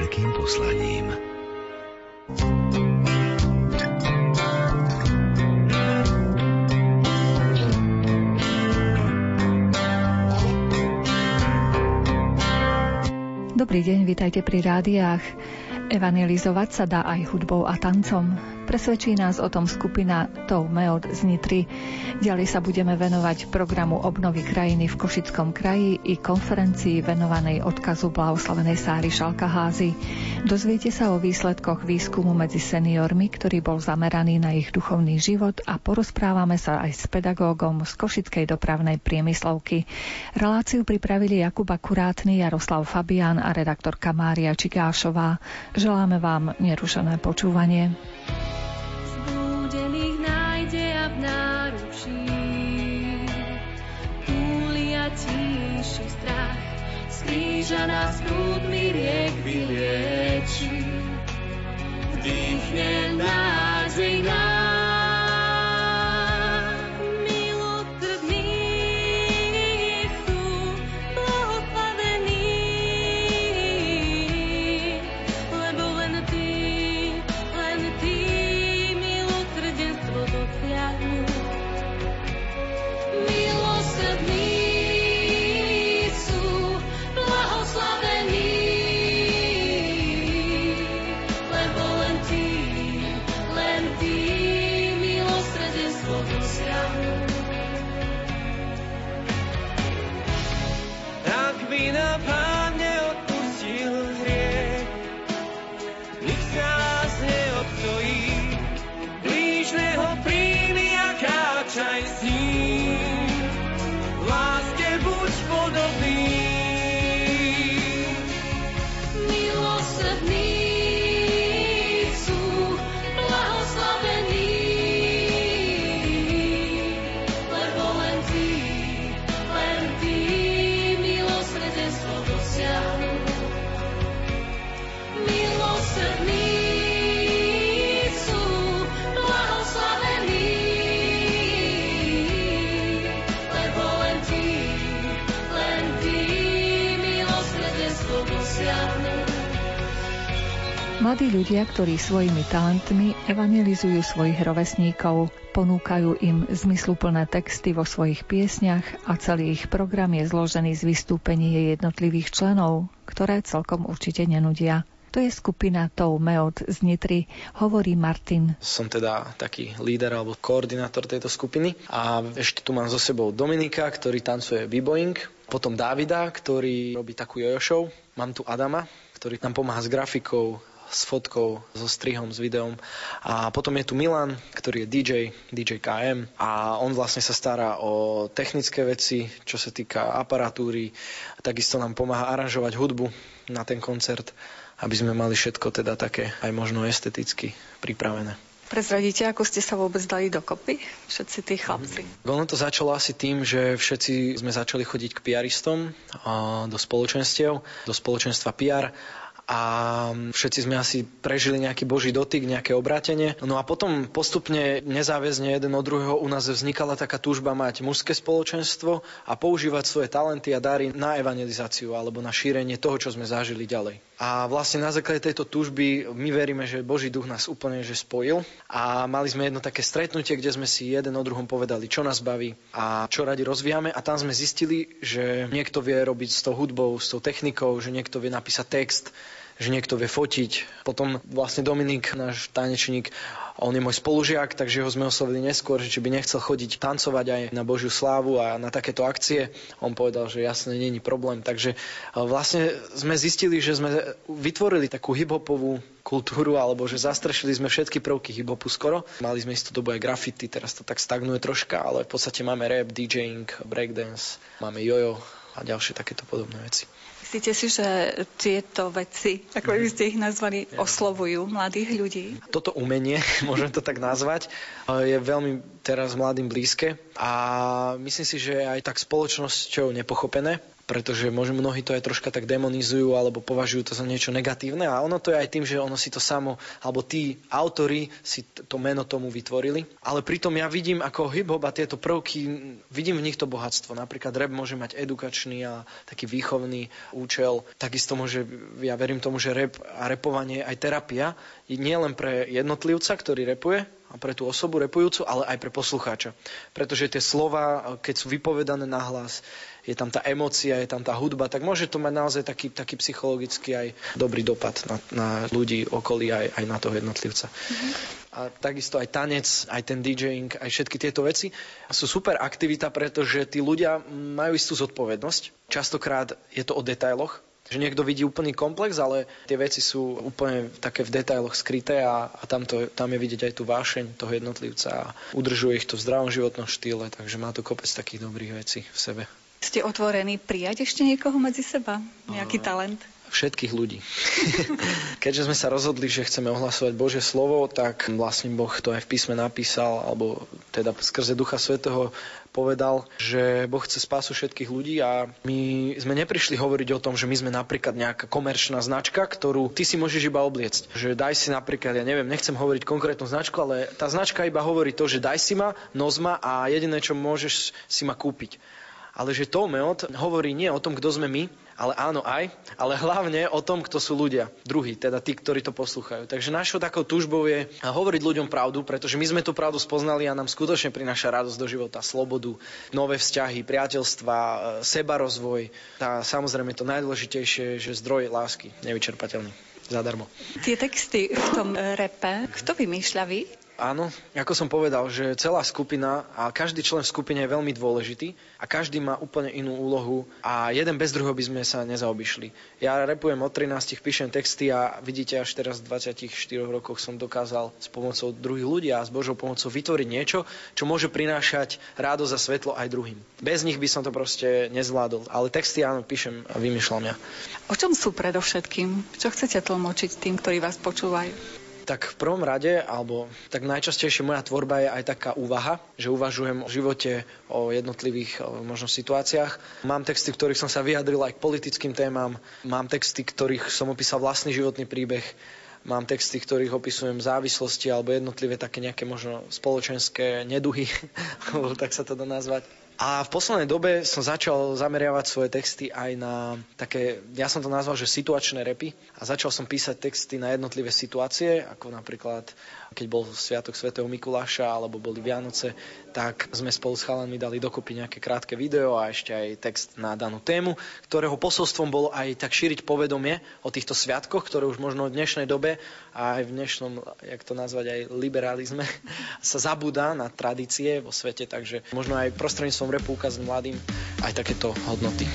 veľkým poslaním. Dobrý deň, vitajte pri rádiách. Evangelizovať sa dá aj hudbou a tancom. Presvedčí nás o tom skupina Tou Meod z Nitry. Ďalej sa budeme venovať programu obnovy krajiny v Košickom kraji i konferencii venovanej odkazu blahoslavenej Sáry Šalkaházy. Dozviete sa o výsledkoch výskumu medzi seniormi, ktorý bol zameraný na ich duchovný život, a porozprávame sa aj s pedagógom z Košickej dopravnej priemyslovky. Reláciu pripravili Jakub Akurátny, Jaroslav Fabián a redaktorka Mária Čigášová. Želáme vám nerušené počúvanie. Zblúdených nájde a v náručí túli a tíši strach, z kríža nás prúdmi riek vylieči, vdýchne nádej nám. Milosrdní sú blahoslavení, lebo len Ty milosrdenstvo dosiahnu. Milosrdní sú blahoslavení, lebo len Ty milosrdenstvo dosiahnu. Ak by nám Pán neodpustil hriech, nik sa nás neobstojí. Blížneho príjmi a kráčaj s ním, v láske buď podobný. Milosrdní sú blahoslavení, lebo len Ty milosrdenstvo dosiahnu. Milosrdní sú blahoslavení, lebo len Ty milosrdenstvo dosiahnu. Mladí ľudia, ktorí svojimi talentmi evangelizujú svojich rovesníkov, ponúkajú im zmysluplné texty vo svojich piesňach a celý ich program je zložený z vystúpení jednotlivých členov, ktoré celkom určite nenudia. To je skupina Tou Meod z Nitry, hovorí Martin. Som teda taký líder alebo koordinátor tejto skupiny a ešte tu mám so sebou Dominika, ktorý tancuje b-boying, potom Davida, ktorý robí takú jojo show, mám tu Adama, ktorý nám pomáha s grafikou, s fotkou, so strihom, s videom. A potom je tu Milan, ktorý je DJ KM a on vlastne sa stará o technické veci, čo sa týka aparatúry. Takisto nám pomáha aranžovať hudbu na ten koncert, aby sme mali všetko teda také aj možno esteticky pripravené. Prezradíte, ako ste sa vôbec dali dokopy, všetci tí chlapci? Ono to začalo asi tým, že všetci sme začali chodiť k PRistom do spoločenstiev, do spoločenstva PR a všetci sme asi prežili nejaký Boží dotyk, nejaké obrátenie. No a potom postupne nezáväzne jeden od druhého u nás vznikala taká túžba mať mužské spoločenstvo a používať svoje talenty a dary na evangelizáciu alebo na šírenie toho, čo sme zažili ďalej. A vlastne na základe tejto túžby my veríme, že Boží duch nás úplne že spojil a mali sme jedno také stretnutie, kde sme si jeden o druhom povedali, čo nás baví a čo radi rozvíjame, a tam sme zistili, že niekto vie robiť s tou hudbou, s tou technikou, že niekto vie napísať text, že niekto vie fotiť. Potom vlastne Dominik, náš tanečník, on je môj spolužiak, takže ho sme oslovili neskôr, že či by nechcel chodiť tancovať aj na Božiu slávu a na takéto akcie. On povedal, že jasne, nie je problém. Takže vlastne sme zistili, že sme vytvorili takú hip-hopovú kultúru, alebo že zastrešili sme všetky prvky hip-hopu skoro. Mali sme istú dobu aj graffiti, teraz to tak stagnuje troška, ale v podstate máme rap, DJing, breakdance, máme jojo a ďalšie takéto podobné veci. Myslíte si, že tieto veci, ako by ste ich nazvali, oslovujú mladých ľudí? Toto umenie, môžem to tak nazvať, je veľmi teraz mladým blízke a myslím si, že je aj tak spoločnosťou nepochopené. pretože možno mnohí to aj troška tak demonizujú alebo považujú to za niečo negatívne a ono to je aj tým, že ono si to samo, alebo tí autori si to meno tomu vytvorili. Ale pritom ja vidím ako hip-hop a tieto prvky, vidím v nich to bohatstvo. Napríklad rap môže mať edukačný a taký výchovný účel. Takisto môže, ja verím tomu, že rap a rapovanie aj terapia, nie len pre jednotlivca, ktorý rapuje, a pre tú osobu rapujúcu, ale aj pre poslucháča. Pretože tie slova, keď sú vypovedané nahlas, je tam tá emócia, je tam tá hudba, tak môže to mať naozaj taký psychologický aj dobrý dopad na ľudí okolí, aj na toho jednotlivca. A takisto aj tanec, aj ten DJing, aj všetky tieto veci sú super aktivita, pretože tí ľudia majú istú zodpovednosť. Častokrát je to o detailoch, že niekto vidí úplný komplex, ale tie veci sú úplne také v detailoch skryté a tam je vidieť aj tú vášeň toho jednotlivca a udržuje ich to v zdravom životnom štýle, takže má to kopec takých dobrých vecí v sebe. Ste otvorení prijať ešte niekoho medzi seba? Nejaký talent? Všetkých ľudí. Keďže sme sa rozhodli, že chceme ohlasovať Božie slovo, tak vlastne Boh to aj v písme napísal, alebo teda skrze Ducha Svätého povedal, že Boh chce spásu všetkých ľudí a my sme neprišli hovoriť o tom, že my sme napríklad nejaká komerčná značka, ktorú ty si môžeš iba obliecť. Že daj si napríklad, ja neviem, nechcem hovoriť konkrétnu značku, ale tá značka iba hovorí to, že daj si ma, nos ma a jediné, čo môžeš, si ma kúpiť. Ale že Toumeot hovorí nie o tom, kto sme my, ale áno aj, ale hlavne o tom, kto sú ľudia, druhí, teda tí, ktorí to poslúchajú. Takže našou takou túžbou je hovoriť ľuďom pravdu, pretože my sme tú pravdu spoznali a nám skutočne prináša radosť do života, slobodu, nové vzťahy, priateľstva, sebarozvoj. A samozrejme to najdôležitejšie, že zdroj lásky, nevyčerpateľný, zadarmo. Tie texty v tom rape, kto vymýšľa vy? Áno, ako som povedal, že celá skupina a každý člen v skupine je veľmi dôležitý a každý má úplne inú úlohu a jeden bez druhého by sme sa nezaobišli. Ja rapujem od 13, píšem texty a vidíte, až teraz v 24 rokoch som dokázal s pomocou druhých ľudí a s Božou pomocou vytvoriť niečo, čo môže prinášať radosť a svetlo aj druhým. Bez nich by som to proste nezvládol, ale texty áno, píšem a vymýšľam ja. O čom sú predovšetkým? Čo chcete tlmočiť tým, ktorí vás počúvajú? Tak v prvom rade, alebo tak najčastejšie moja tvorba je aj taká úvaha, že uvažujem o živote, o jednotlivých možno situáciách. Mám texty, ktorých som sa vyjadril aj k politickým témam, mám texty, ktorých som opísal vlastný životný príbeh, mám texty, ktorých opisujem závislosti alebo jednotlivé také nejaké možno spoločenské neduhy, tak sa to dá nazvať. A v poslednej dobe som začal zameriavať svoje texty aj na také, ja som to nazval, že situačné rapy. A začal som písať texty na jednotlivé situácie, ako napríklad, keď bol Sviatok svätého Mikuláša alebo boli Vianoce, tak sme spolu s chalanmi dali dokopy nejaké krátke video a ešte aj text na danú tému, ktorého posolstvom bolo aj tak šíriť povedomie o týchto sviatkoch, ktoré už možno v dnešnej dobe a aj v dnešnom, jak to nazvať, aj liberalizme sa zabúda na tradície vo svete, takže možno aj prostredníctvom rapu ukázať mladým aj takéto hodnoty.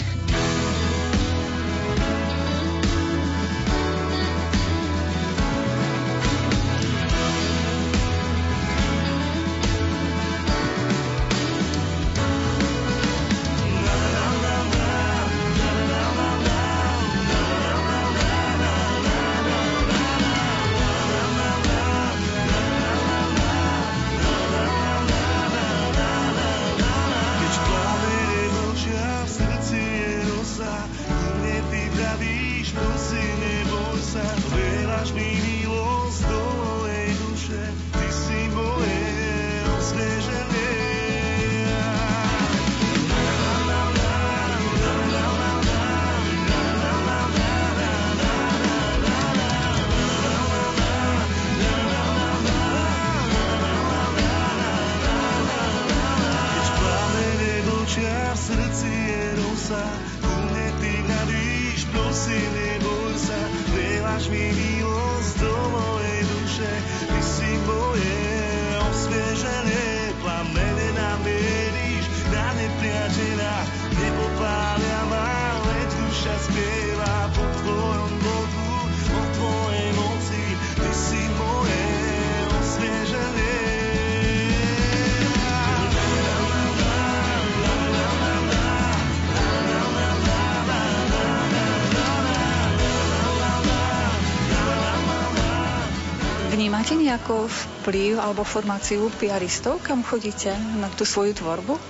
Máte nejaký vplyv alebo formáciu piaristov, kam chodíte na tú svoju tvorbu?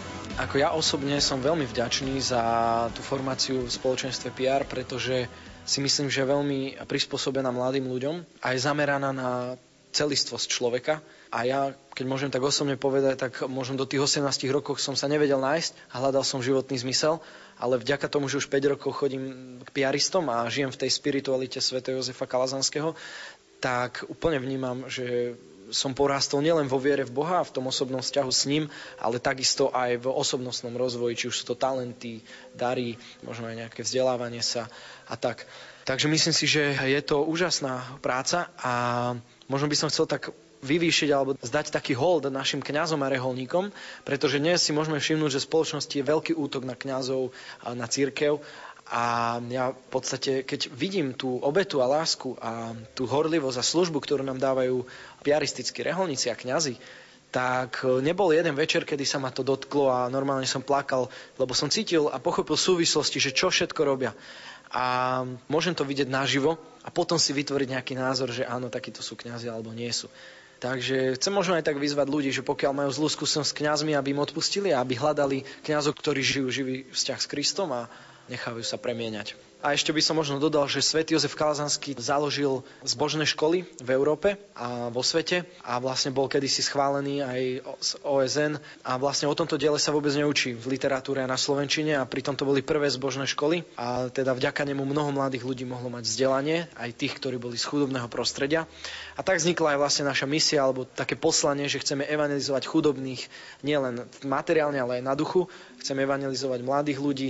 Ako ja osobne som veľmi vďačný za tú formáciu v spoločenstve PR, pretože si myslím, že je veľmi prispôsobená mladým ľuďom a je zameraná na celistvosť človeka. A ja, keď môžem tak osobne povedať, tak možno do tých 18 rokov som sa nevedel nájsť a hľadal som životný zmysel, ale vďaka tomu, že už 5 rokov chodím k piaristom a žijem v tej spiritualite svätého Jozefa Kalazanského, tak úplne vnímam, že som porástol nielen vo viere v Boha, v tom osobnom vzťahu s ním, ale takisto aj v osobnostnom rozvoji, či už sú to talenty, dary, možno aj nejaké vzdelávanie sa a tak. Takže myslím si, že je to úžasná práca a možno by som chcel tak vyvýšiť alebo zdať taký hold našim kňazom a reholníkom, pretože dnes si môžeme všimnúť, že v spoločnosti je veľký útok na kňazov, na cirkev a ja v podstate, keď vidím tú obetu a lásku a tú horlivosť a službu, ktorú nám dávajú piaristickí reholníci a kňazi, tak nebol jeden večer, kedy sa ma to dotklo a normálne som plakal, lebo som cítil a pochopil súvislosti, že čo všetko robia. A môžem to vidieť naživo a potom si vytvoriť nejaký názor, že áno, takíto sú kňazi alebo nie sú. Takže chcem možno aj tak vyzvať ľudí, že pokiaľ majú zlú skúsenosť s kňazmi, aby im odpustili a aby hľadali kňazov, ktorí žijú živý vzťah s Kristom a nechávajú sa premieňať. A ešte by som možno dodal, že svätý Jozef Kalazanský založil zbožné školy v Európe a vo svete a vlastne bol kedysi schválený aj z OSN a vlastne o tomto diele sa vôbec neučí v literatúre a na slovenčine a pritom to boli prvé zbožné školy a teda vďaka nemu mnoho mladých ľudí mohlo mať vzdelanie, aj tých, ktorí boli z chudobného prostredia. A tak vznikla aj vlastne naša misia alebo také poslanie, že chceme evangelizovať chudobných nielen materiálne, ale aj na duchu. Chceme evangelizovať mladých ľudí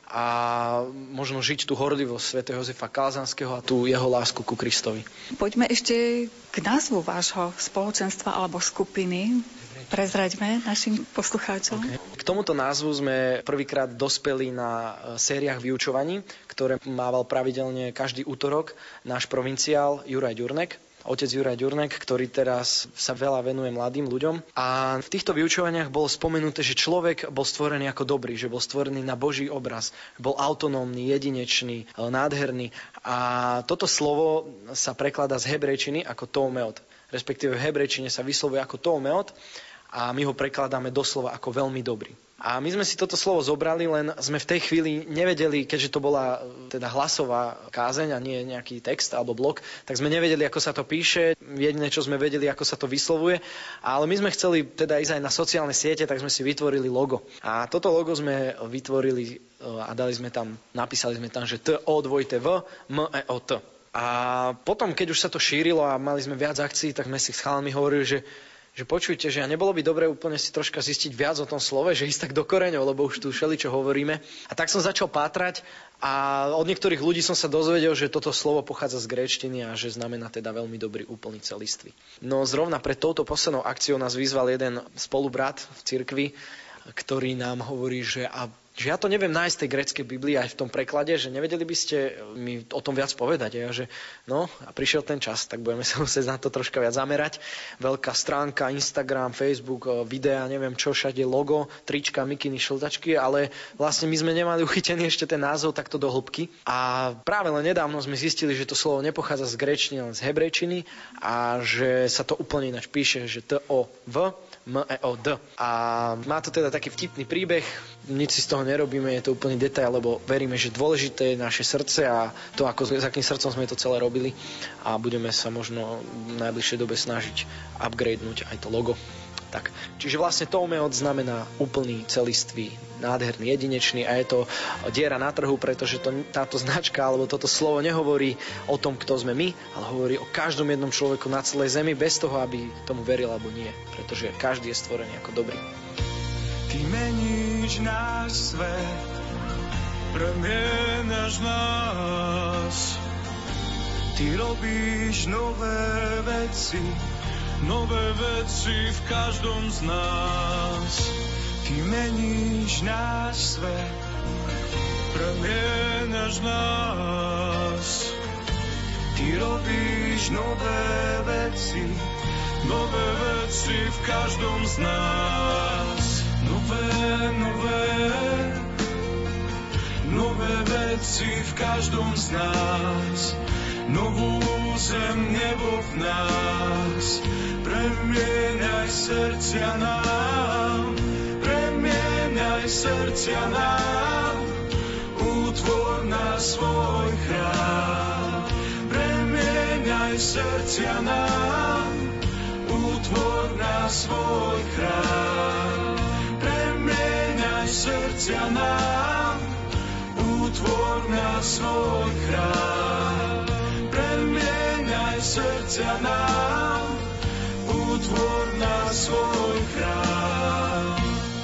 a možno žiť tú horlivosť svätého Jozefa Kalazanského a tú jeho lásku ku Kristovi. Poďme ešte k názvu vášho spoločenstva alebo skupiny. Prezraďme našim poslucháčom. Okay. K tomuto názvu sme prvýkrát dospeli na sériách vyučovaní, ktoré mával pravidelne každý útorok náš provinciál Juraj Ďurnek. Otec Juraj Ďurnek, ktorý teraz sa veľa venuje mladým ľuďom. A v týchto vyučovaniach bolo spomenuté, že človek bol stvorený ako dobrý, že bol stvorený na Boží obraz, bol autonómny, jedinečný, nádherný. A toto slovo sa prekladá z hebrejčiny ako toumeot. Respektíve v hebrejčine sa vyslovuje ako toumeot a my ho prekladáme doslova ako veľmi dobrý. A my sme si toto slovo zobrali, len sme v tej chvíli nevedeli, keďže to bola teda hlasová kázeň a nie nejaký text alebo blok, tak sme nevedeli, ako sa to píše. Jediné, čo sme vedeli, ako sa to vyslovuje. Ale my sme chceli teda ísť aj na sociálne siete, tak sme si vytvorili logo. A toto logo sme vytvorili a napísali sme tam, že TO2TV MEOT. A potom, keď už sa to šírilo a mali sme viac akcií, tak sme si s chalami hovorili, že počujte, že nebolo by dobre úplne si troška zistiť viac o tom slove, že ísť tak do koreňov, lebo už tu všeličo hovoríme. A tak som začal pátrať a od niektorých ľudí som sa dozvedel, že toto slovo pochádza z gréčtiny a že znamená teda veľmi dobrý, úplný, celistvý. No zrovna pred touto poslednou akciou nás vyzval jeden spolubrat v cirkvi, ktorý nám hovorí, že ja to neviem nájsť v tej gréckej Biblii aj v tom preklade, že nevedeli by ste mi o tom viac povedať. A že no, a prišiel ten čas, tak budeme sa musieť na to troška viac zamerať. Veľká stránka, Instagram, Facebook, videa, neviem čo, všade logo, trička, mikiny, šltačky, ale vlastne my sme nemali uchytený ešte ten názov takto do hĺbky. A práve len nedávno sme zistili, že to slovo nepochádza z gréčtiny, ale z hebrejčiny a že sa to úplne ináč píše, že TOV MEOD. A má to teda taký vtipný príbeh, nič si z toho nerobíme, je to úplný detail, lebo veríme, že dôležité je naše srdce a to, s akým srdcom sme to celé robili a budeme sa možno v najbližšej dobe snažiť upgradenúť aj to logo. Tak. Čiže vlastne toumeot znamená úplný, celistvý, nádherný, jedinečný a je to diera na trhu, pretože táto značka alebo toto slovo nehovorí o tom, kto sme my, ale hovorí o každom jednom človeku na celej zemi bez toho, aby tomu veril alebo nie, pretože každý je stvorený ako dobrý. Ty meníš náš svet, premienaš nás, ty robíš nové veci v každom z nás. Ty meníš náš svet, premienaš nás. Ty robíš nové veci v každom z nás. Nové veci v každom z nás. Novú zem, nebo v nás. Premieňaj srdcia nám, premieňaj srdcia nám, utvor na svoj chrám. Premieňaj srdcia nám, utvor na svoj chrám. Premieňaj srdcia nám, utvor na svoj chrám. Premieňaj srdcia nám, utvor na svoj chrám.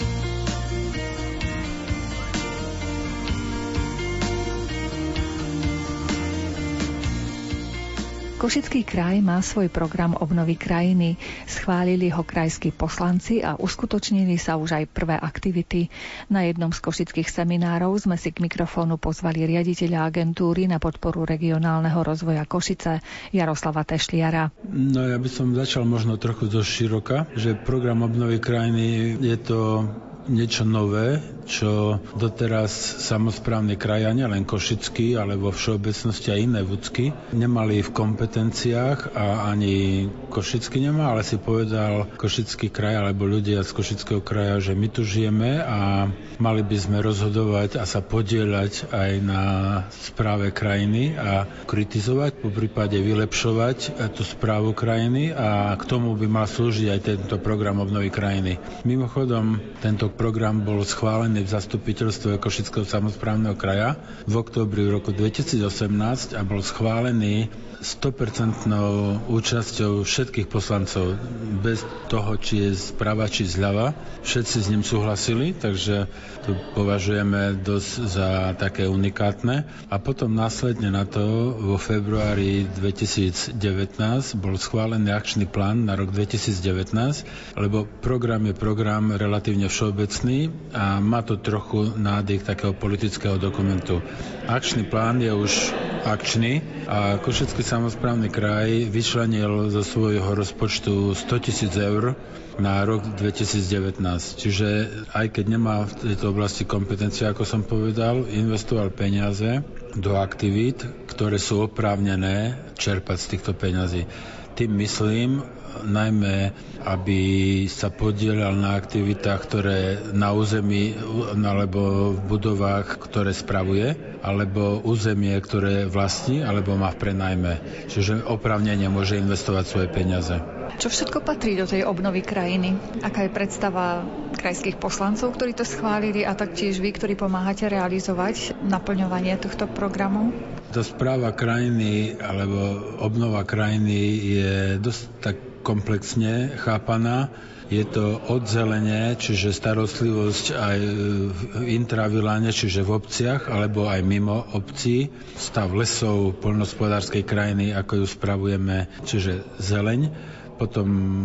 Košický kraj má svoj program obnovy krajiny. Schválili ho krajskí poslanci a uskutočnili sa už aj prvé aktivity. Na jednom z košických seminárov sme si k mikrofónu pozvali riaditeľa agentúry na podporu regionálneho rozvoja Košice Jaroslava Tešliara. No ja by som začal možno trochu zo široka, že program obnovy krajiny je to niečo nové, čo doteraz samosprávne krajania, len košický, ale vo všeobecnosti aj iné vúcky, nemali v kompetenciách a ani košický nemá, ale si povedal košický kraj alebo ľudia z košického kraja, že my tu žijeme a mali by sme rozhodovať a sa podieľať aj na správe krajiny a kritizovať, poprípade vylepšovať tú správu krajiny a k tomu by mal slúžiť aj tento program obnovy krajiny. Mimochodom, tento program bol schválený v zastupiteľstve Košického samosprávneho kraja v októbri roku 2018 a bol schválený 100% účasťou všetkých poslancov, bez toho, či je zprava, či zľava. Všetci s ním súhlasili, takže to považujeme dosť za také unikátne. A potom následne na to vo februári 2019 bol schválený akčný plán na rok 2019, lebo program je program relatívne všeobecný a má to trochu nádych takého politického dokumentu. Akčný plán je už akčný a Košický samosprávny kraj vyčlenil zo svojho rozpočtu 100 000 eur na rok 2019. Čiže aj keď nemá v tejto oblasti kompetencie, ako som povedal, investoval peniaze do aktivít, ktoré sú oprávnené čerpať z týchto peňazí. Tým myslím najmä, aby sa podieľal na aktivitách, ktoré na území alebo v budovách, ktoré spravuje, alebo územie, ktoré vlastní, alebo má v prenajme. Čiže oprávnene môže investovať svoje peniaze. Čo všetko patrí do tej obnovy krajiny? Aká je predstava krajských poslancov, ktorí to schválili a taktiež vy, ktorí pomáhate realizovať naplňovanie tohto programu? Tá správa krajiny alebo obnova krajiny je dosť tak komplexne chápaná. Je to odzelenie, čiže starostlivosť aj v intraviláne, čiže v obciach, alebo aj mimo obcí. Stav lesov, poľnohospodárskej krajiny, ako ju spravujeme, čiže zeleň. Potom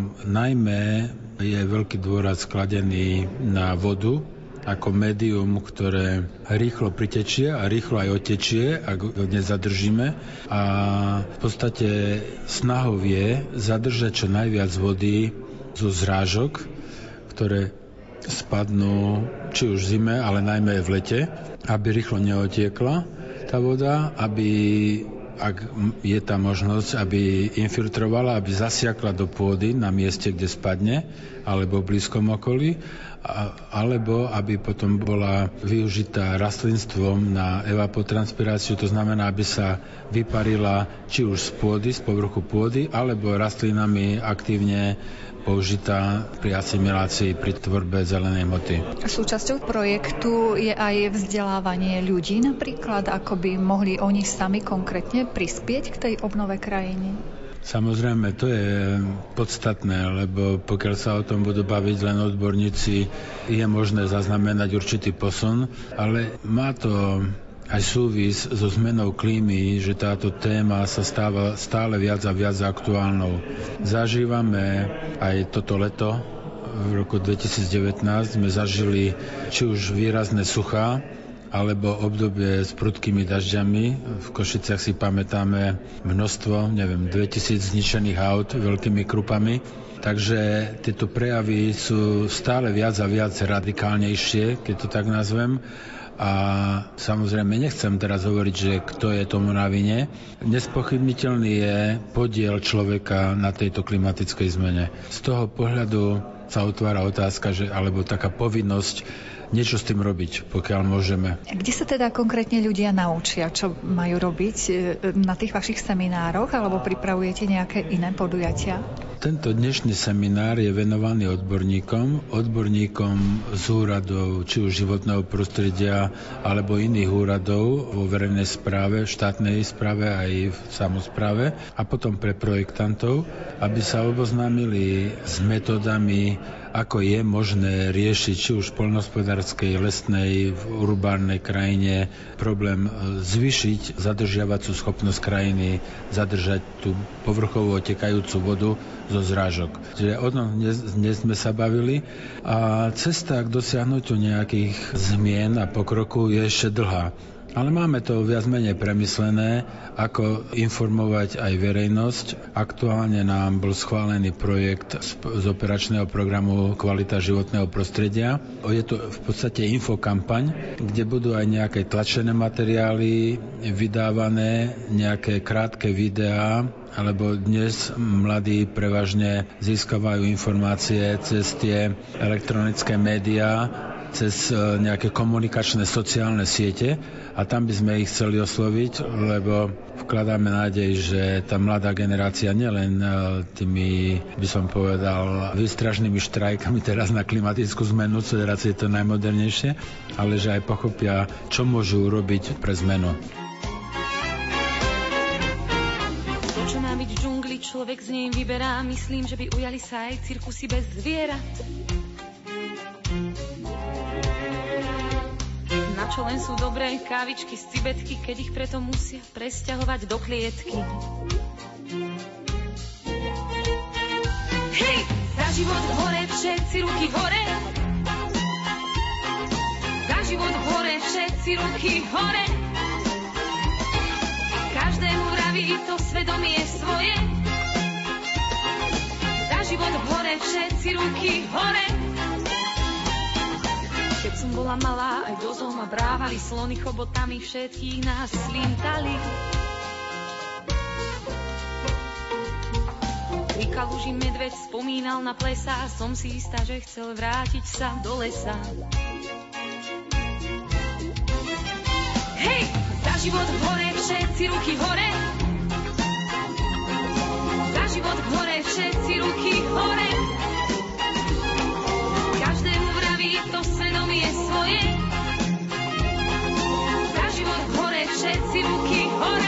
najmä je veľký dôraz skladený na vodu, ako médium, ktoré rýchlo pritečie a rýchlo aj otečie, ak ho nezadržíme. A v podstate snahou je zadržať čo najviac vody zo zrážok, ktoré spadnú či už v zime, ale najmä v lete, aby rýchlo neotiekla tá voda, aby, ak je tá možnosť, aby infiltrovala, aby zasiakla do pôdy na mieste, kde spadne, alebo v blízkom okolí, alebo aby potom bola využitá rastlinstvom na evapotranspiráciu, to znamená, aby sa vyparila či už z pôdy, z povrchu pôdy, alebo rastlinami aktívne použitá pri asimilácii, pri tvorbe zelenej hmoty. Súčasťou projektu je aj vzdelávanie ľudí napríklad, ako by mohli oni sami konkrétne prispieť k tej obnove krajiny? Samozrejme, to je podstatné, lebo pokiaľ sa o tom budú baviť len odborníci, je možné zaznamenať určitý posun, ale má to aj súvis so zmenou klímy, že táto téma sa stáva stále viac a viac aktuálnou. Zažívame aj toto leto, v roku 2019 sme zažili či už výrazné suchá, alebo obdobie s prudkými dažďami. V Košiciach si pamätáme množstvo, 2000 zničených aut veľkými krupami. Takže tieto prejavy sú stále viac a viac radikálnejšie, keď to tak nazvem. A samozrejme nechcem teraz hovoriť, že kto je tomu na vine. Nespochybniteľný je podiel človeka na tejto klimatickej zmene. Z toho pohľadu sa otvára otázka, alebo taká povinnosť niečo s tým robiť, pokiaľ môžeme. Kde sa teda konkrétne ľudia naučia, čo majú robiť na tých vašich seminároch, alebo pripravujete nejaké iné podujatia? Tento dnešný seminár je venovaný odborníkom z úradov, či už životného prostredia, alebo iných úradov vo verejnej správe, v štátnej správe aj v samospráve, a potom pre projektantov, aby sa oboznámili s metodami, ako je možné riešiť či už v poľnohospodárskej, lesnej, v urbánnej krajine problém zvýšiť zadržiavacú schopnosť krajiny, zadržať tú povrchovo otekajúcu vodu zo zrážok. Čiže o tom dnes sme sa bavili a cesta k dosiahnutiu nejakých zmien a pokroku je ešte dlhá. Ale máme to viac menej premyslené, ako informovať aj verejnosť. Aktuálne nám bol schválený projekt z operačného programu Kvalita životného prostredia. Je to v podstate infokampaň, kde budú aj nejaké tlačené materiály vydávané, nejaké krátke videá, alebo dnes mladí prevažne získavajú informácie cez tie elektronické médiá, cez nejaké komunikačné sociálne siete, a tam by sme ich chceli osloviť, lebo vkladáme nádej, že tá mladá generácia nielen tými, by som povedal, výstražnými štrajkami teraz na klimatickú zmenu, čo teraz je to najmodernejšie, ale že aj pochopia, čo môžu urobiť pre zmenu. To, čo má byť v džungli, človek z nej vyberá. Myslím, že by ujali sa aj cirkusy bez zvierat. Na čo len sú dobré kávičky z cibetky, keď ich preto musia presťahovať do klietky. Hej! Za život hore, všetci ruky hore! Za život hore, všetci ruky hore! Každému vraví to svedomie svoje. Za život hore, všetci ruky hore! Keď som bola malá, aj do zoo ma brávali, slony chobotami všetkých nás slintali. Pri kaluži medveď spomínal na plesa, som si istá, že chcel vrátiť sa do lesa. Hej! Za život hore, všetci ruky hore! Za život hore, všetci ruky hore! Každému vraví to svedomie svoje. Za život hore, všetci ruky hore.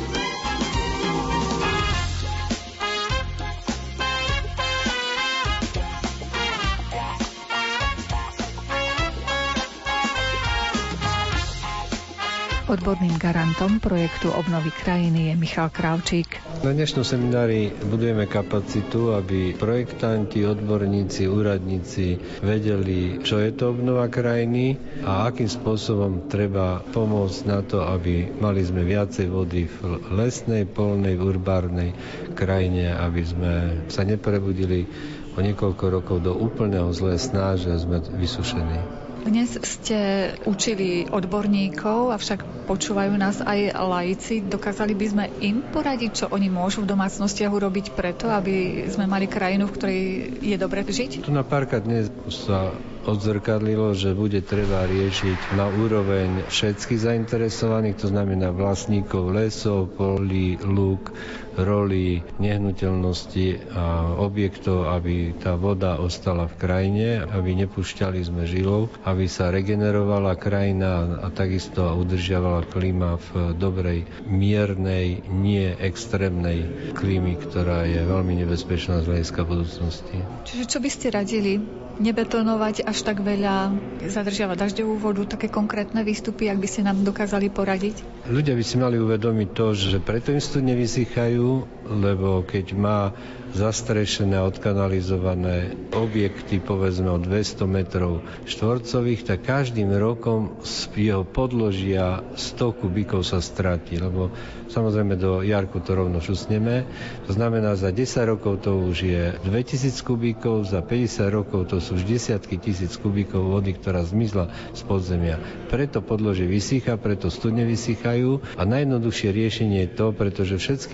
Odborným garantom projektu obnovy krajiny je Michal Kravčík. Na dnešnom seminári budujeme kapacitu, aby projektanti, odborníci, úradníci vedeli, čo je to obnova krajiny a akým spôsobom treba pomôcť na to, aby mali sme viacej vody v lesnej, poľnej, urbárnej krajine, aby sme sa neprebudili o niekoľko rokov do úplného zlé sna, že sme vysušení. Dnes ste učili odborníkov, avšak počúvajú nás aj laici. Dokázali by sme im poradiť, čo oni môžu v domácnostiach urobiť preto, aby sme mali krajinu, v ktorej je dobre žiť? Tu na párkrát dnes sa odzrkadlilo, že bude treba riešiť na úroveň všetkých zainteresovaných, to znamená vlastníkov lesov, polí, lúk, rolí, nehnuteľnosti a objektov, aby tá voda ostala v krajine, aby nepúšťali sme žilov, aby sa regenerovala krajina a takisto udržiavala klíma v dobrej, miernej, nie extrémnej klímy, ktorá je veľmi nebezpečná z hľadiska budúcnosti. Čiže čo by ste radili? Nebetonovať až tak veľa, zadržiavať dažďovú vodu, také konkrétne výstupy, ak by ste nám dokázali poradiť? Ľudia by si mali uvedomiť to, že preto im studne vysychajú, lebo keď má zastrešené a odkanalizované objekty, povedzme o 200 metrov štvorcových, tak každým rokom z jeho podložia 100 kubíkov sa stratí, lebo samozrejme do jarku to rovno šusneme. To znamená, za 10 rokov to už je 2000 kubíkov, za 50 rokov to sú už desiatky tisíc kubíkov vody, ktorá zmizla z podzemia. Preto podložie vysychá, preto studne vysychajú a najjednoduchšie riešenie je to, pretože všetky vody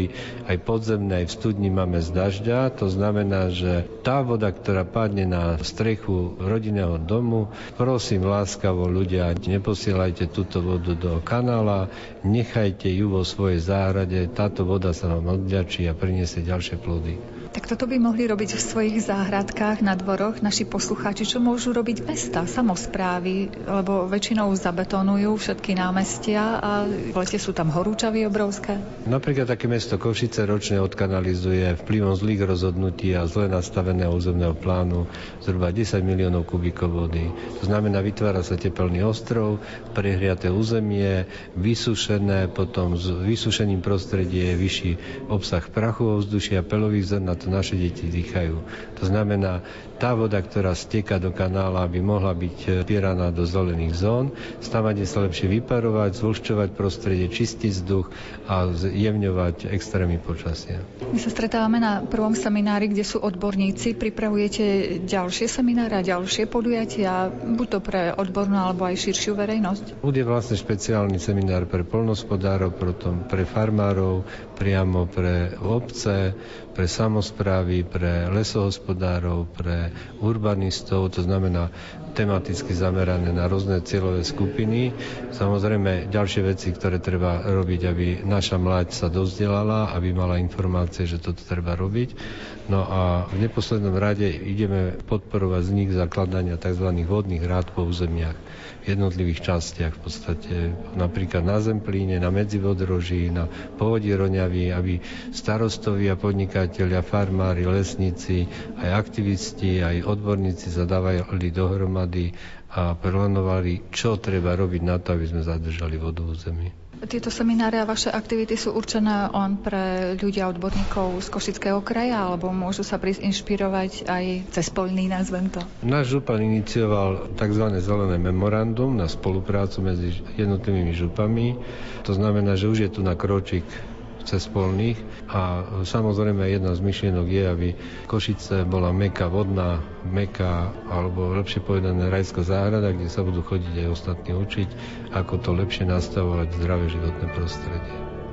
vody, aj podzemné, aj v studni máme z dažďa. To znamená, že tá voda, ktorá padne na strechu rodinného domu, prosím láskavo ľudia, neposielajte túto vodu do kanála, nechajte ju vo svojej záhrade, táto voda sa vám odďačí a priniesie ďalšie plody. Tak toto by mohli robiť v svojich záhradkách, na dvoroch naši poslucháči. Čo môžu robiť mesta, samosprávy, lebo väčšinou zabetonujú všetky námestia a v lete sú tam horúčavy obrovské? Napríklad také mesto Košice ročne odkanalizuje vplyvom zlých rozhodnutí a zle nastaveného územného plánu zhruba 10 miliónov kubíkov vody. To znamená, vytvára sa tepelný ostrov, prehriaté územie, vysušené, potom s vysušením prostredie je vyšší obsah prachu vo vzduši a pelových zrn, to naše deti dýchajú. To znamená, tá voda, ktorá steká do kanála, by mohla byť pieraná do zelených zón, stávať sa lepšie vyparovať, zvlhčovať prostredie, čistiť vzduch a zjemňovať extrémy počasia. My sa stretávame na prvom seminári, kde sú odborníci. Pripravujete ďalšie semináre a ďalšie podujatia, buď to pre odbornú alebo aj širšiu verejnosť? Bude vlastne špeciálny seminár pre poľnohospodárov, potom pre farmárov, priamo pre obce, pre samosprávy, pre lesohospodárov, pre urbanistov, to znamená tematicky zamerané na rôzne cieľové skupiny. Samozrejme ďalšie veci, ktoré treba robiť, aby naša mládež sa dozdelala, aby mala informácie, že toto treba robiť. No a v neposlednom rade ideme podporovať vznik zakladania tzv. Vodných rád po územiach v jednotlivých častiach, v podstate napríklad na Zemplíne, na Medzivodroží, na povodí Roňavy, aby starostovia, podnikatelia, farmári, lesníci, aj aktivisti, aj odborníci sa dávali dohromady a plánovali, čo treba robiť na to, aby sme zadržali vodu v zemi. Tieto semináre a vaše aktivity sú určené pre ľudia odborníkov z Košického kraja, alebo môžu sa prísť inšpirovať aj cez poľný, nazvem to? Náš župan inicioval tzv. Zelené memorandum na spoluprácu medzi jednotlivými župami. To znamená, že už je tu na kročík cez polných a samozrejme jedna z myšlienok je, aby Košice bola meka vodná, meka, alebo lepšie povedané rajská záhrada, kde sa budú chodiť aj ostatní učiť, ako to lepšie nastavovať zdravé životné prostredie.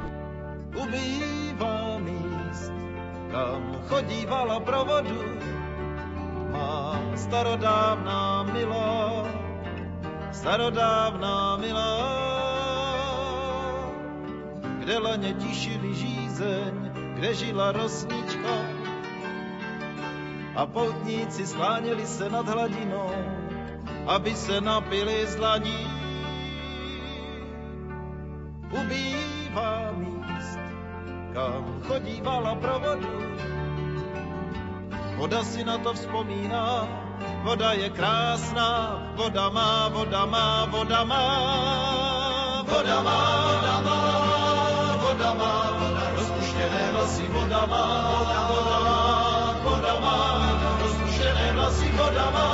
Ubýva míst, kam chodívala pro vodu má starodávná milá, kde lane tišili žízeň, kde žila rosnička a poutníci skláněli se nad hladinou, aby se napili z dlaní. Ubývá míst, kam chodívala pro vodu, voda si na to vzpomíná, voda je krásná, voda má, voda má, voda má, voda má, voda má. Voda má, rozpuštěné vlasy, voda má, voda má, rozpuštěné vlasy, voda má,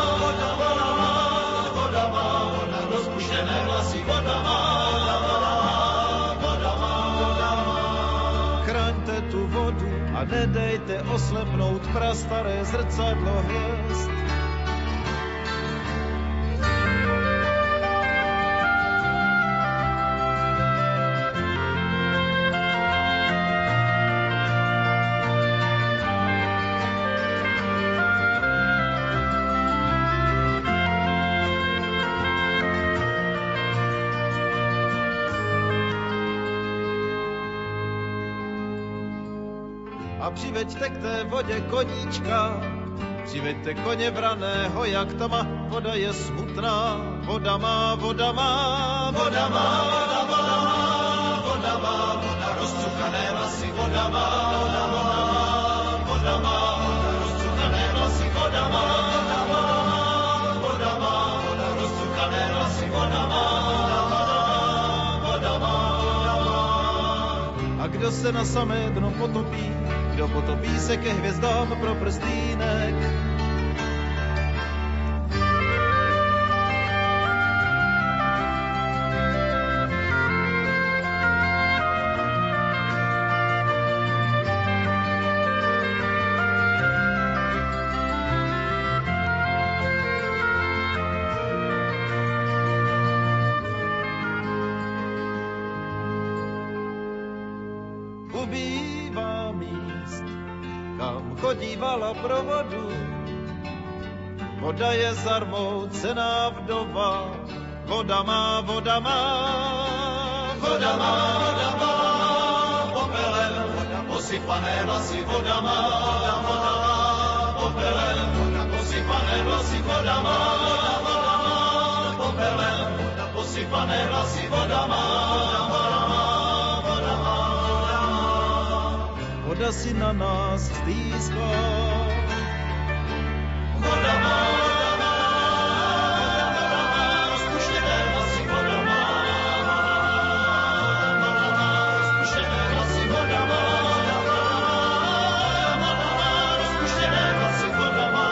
voda má, rozpuštěné vlasy, voda má, voda má. Chraňte tu vodu a nedejte oslepnout prastaré zrcadlo hvězd. A přiveďte k té vodě koníčka, přiveďte koně vraného, jak to má, voda je smutná, voda má, voda má, voda má, voda má, voda má, voda rozcuchané vlasy, voda má, voda má, voda má, rozcuchané vlasy, voda má, voda má, voda rozcuchané vlasy, voda má, voda má. A kdo se na samé dno potopí, kdo potopí se ke hvězdám pro prstýnek. chodívala pro vodu. Voda je zarmoucená vdova, voda má, voda má, voda má, voda má, popelem, posypané vlasy, voda má, popelem, posypané vlasy, voda má, popelem, posypané vlasy, voda má, voda má, voda si na nás stýská. Voda má, rozpuštěné vlasy, voda má, rozpuštěné vlasy, voda má, rozpuštěné vlasy, voda má,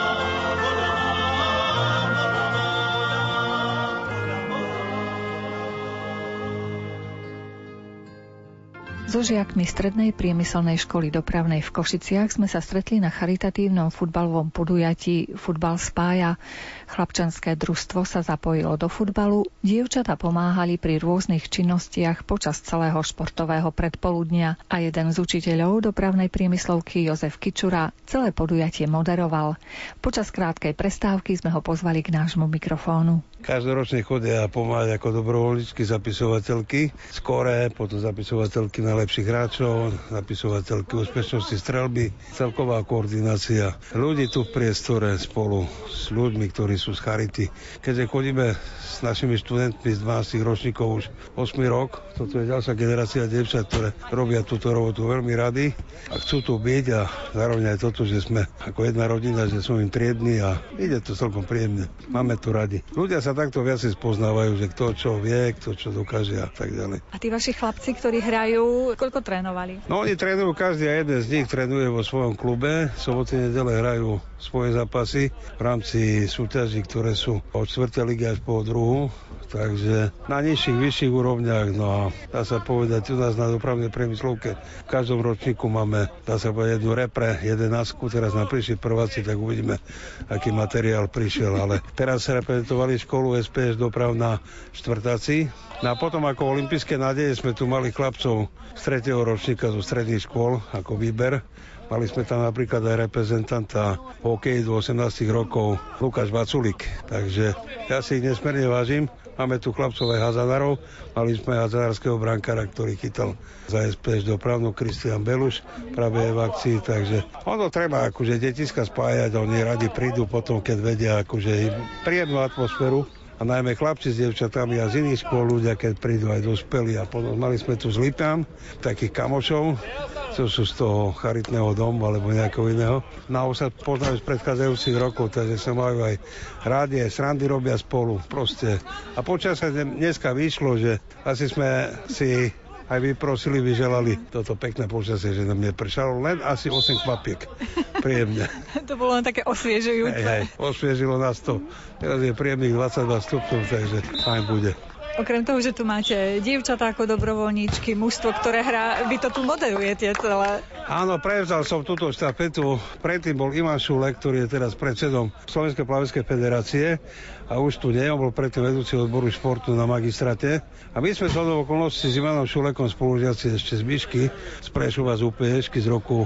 So žiakmi Strednej priemyselnej školy dopravnej v Košiciach sme sa stretli na charitatívnom futbalovom podujatí Futbal spája. Chlapčenské družstvo sa zapojilo do futbalu, dievčatá pomáhali pri rôznych činnostiach počas celého športového predpoludnia a jeden z učiteľov dopravnej priemyslovky Jozef Kičura celé podujatie moderoval. Počas krátkej prestávky sme ho pozvali k nášmu mikrofónu. Každoročne chodia pomáhať ako dobrovoľníčky zapisovateľky, skore, potom zapisovateľky najlepších hráčov, zapisovateľky úspešnosti strelby, celková koordinácia ľudí tu v priestore spolu s ľuďmi, ktorí sú z charity. Keďže chodíme s našimi študentmi z 12 ročníkov už 8 rok, toto je ďalšia generácia dievčat, ktoré robia túto robotu veľmi rady a chcú tu byť a zároveň aj toto, že sme ako jedna rodina, že sú im triedni a ide to celkom príjemne. Máme tu radi. Ľudia sa takto viac spoznávajú, že kto čo vie, kto čo dokáže a tak ďalej. A tí vaši chlapci, ktorí hrajú, koľko trénovali? No oni trénujú, každý a jeden z nich trénuje vo svojom klube. Soboty, nedele hrajú svoje zápasy v rámci súťaží, ktoré sú od 4. ligy až po 2. Takže na nižších, vyšších úrovniach, no a dá sa povedať, u nás na dopravnej priemyslovke v každom ročníku máme, dá sa povedať, jednu repre, 11, teraz nám prišli prváci, tak uvidíme, aký materiál prišiel, ale teraz sa reprezentovali školu SPS dopravná štvrtáci. No a potom ako olympijské nádeje sme tu mali chlapcov z 3. ročníka zo stredných škôl ako výber. Mali sme tam napríklad aj reprezentanta hokeji do 18 rokov Lukáš Vaculík, takže ja si ich nesmierne vážim. Máme tu chlapcov aj hazanárov, mali sme hazanárskeho brankára, ktorý chytal za SPS dopravnú, Kristián Beluš, práve v akcii, takže ono treba akože detiska spájať, oni radi prídu potom, keď vedia akože príjemnú atmosféru. A najmä chlapci s dievčatami a z iných škôl ľudia, keď prídu aj dospelí. A potom mali sme tu z Lipian takých kamošov, čo sú z toho charitného domu alebo nejakého iného. No už sa poznajú z predchádzajúcich rokov, takže sa majú aj rádi, aj srandy robia spolu. Proste. A počasie dneska vyšlo, že asi sme si aj vyprosili, vyželali toto pekné počasie, že nám nepršalo len asi 8 kvapiek. Príjemne. To bolo len také osviežujúce. Hej, osviežilo nás to. Teraz je príjemných 22 stupňov, takže fajn bude. Okrem toho, že tu máte dievčatá ako dobrovoľníčky, mužstvo, ktoré hrá, vy to tu moderujete celé. Áno, prevzal som túto štafetu. Predtým bol Ivan Šulek, ktorý je teraz predsedom Slovenskej plaveckej federácie a už tu nie, on bol predtým vedúci odboru športu na magistráte. A my sme sa do okolností s Ivanom Šulekom spolužiaci ešte z Bišky, z Prešova, z UPŠky z roku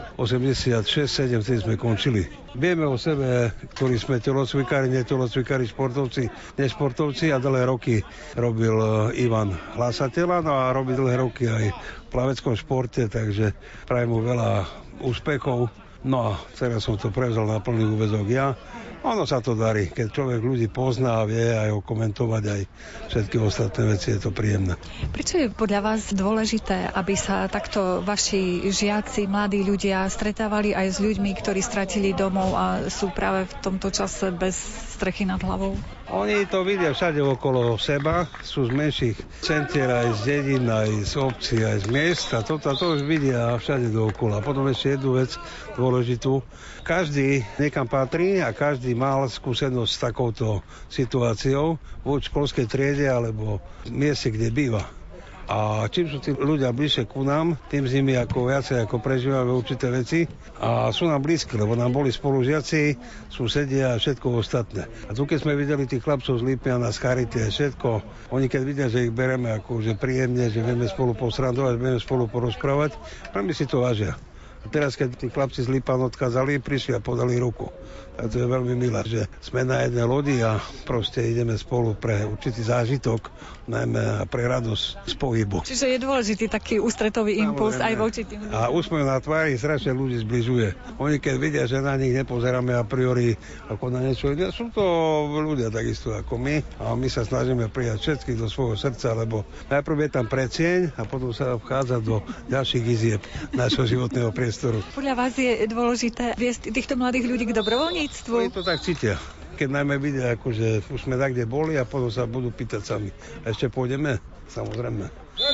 86-7, vtedy sme končili. Vieme o sebe, ktorí sme telocvikári, netelocvikári, športovci, nešportovci a dlhé roky robil Ivan hlasateľa, no a robí dlhé roky aj v plaveckom športe, takže prajem mu veľa úspechov. No a teraz som to prevzal na plný úväzok ja. Ono sa to darí, keď človek ľudí pozná a vie aj komentovať aj všetky ostatné veci, je to príjemné. Prečo je podľa vás dôležité, aby sa takto vaši žiaci, mladí ľudia stretávali aj s ľuďmi, ktorí stratili domov a sú práve v tomto čase bez strechy nad hlavou? Oni to vidia všade okolo seba, sú z menších centier, aj z dedín, aj z obcí, aj z miest a to už vidia všade dookola. Potom ešte jednu vec dôležitú. Každý niekam patrí a každý mal skúsenosť s takouto situáciou v školskej triede alebo v mieste, kde býva. A čím sú tí ľudia bližšie ku nám, tým s nimi ako viacej ako prežívame určité veci a sú nám blízky, lebo nám boli spolužiaci, susedia a všetko ostatné. A tu keď sme videli tých chlapcov z Lipiana, z Charity a všetko, oni keď vidia, že ich bereme akože príjemne, že vieme spolu posrandovať, vieme spolu porozprávať, veľmi si to vážia. A teraz, keď tí chlapci z Lipan odkázali, prišli a podali ruku. A to je veľmi milé, že sme na jednej lodi a proste ideme spolu pre určitý zážitok, najmä pre radosť z pohybu. Čiže je dôležitý taký ústretový impuls aj voči tým ľuďom. A úsmev na tvári strašne ľudí zbližuje. Oni keď vidia, že na nich nepozeráme a priori ako na niečo iné, sú to ľudia takisto ako my a my sa snažíme prijať všetkých do svojho srdca, lebo najprv je tam predsieň a potom sa vchádza do ďalších izieb nášho životného priestoru. Podľa vás je dôležité viesť týchto mladých ľudí k dobrovoľníctvu? Oni to tak cítia. Keď najmä vidia, akože už sme tak, kde boli a potom sa budú pýtať sami. A ešte pôjdeme? Samozrejme.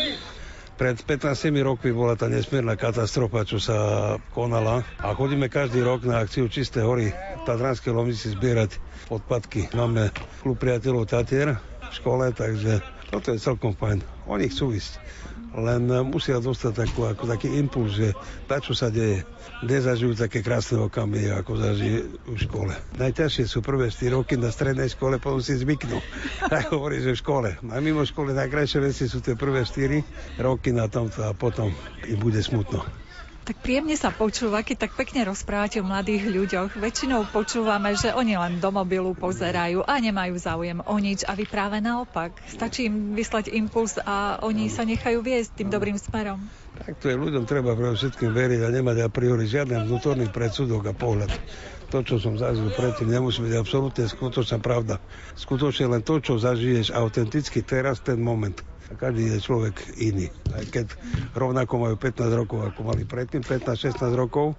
Pred 15 rokmi bola tá nesmierna katastrofa, čo sa konala. A chodíme každý rok na akciu Čisté hory v Tatranskej Lomnici zbierať odpadky. Máme klub priateľov Tatier v škole, takže toto je celkom fajn. Oni chcú ísť. Len musia dostať taký impuls, že tá, čo sa deje, nezažijú také krásne okamihy, ako zažijú v škole. Najťažšie sú prvé 4 roky na strednej škole, potom si zvyknú. Tak hovorí, že v škole. A mimo škole najkrajšie veci sú tie prvé 4 roky na tomto a potom im bude smutno. Tak príjemne sa počúva, keď tak pekne rozprávate o mladých ľuďoch. Väčšinou počúvame, že oni len do mobilu pozerajú a nemajú záujem o nič a vy práve naopak. Stačí im vyslať impuls a oni sa nechajú viesť tým dobrým smerom. Tak to je, ľuďom treba pre všetkým veriť a nemať a priori žiadny vnútorný predsudok a pohľad. To, čo som zažil predtým, nemusí byť absolútne skutočná pravda. Skutočne len to, čo zažiješ autenticky teraz, ten moment. A každý je človek iný. Aj keď rovnako majú 15 rokov, ako mali predtým, 15-16 rokov,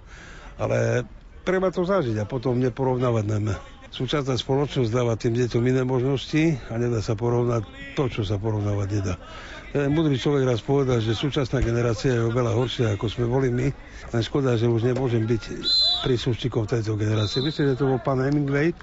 ale treba to zažiť a potom neporovnávať najmä. Súčasná spoločnosť dáva tým deťom iné možnosti a nedá sa porovnať to, čo sa porovnávať nedá. Jeden múdry človek raz povedal, že súčasná generácia je oveľa horšia, ako sme boli my. Len škoda, že už nemôžem byť príslušníkom tejto generácie. Myslím, že to bol pán Hemingway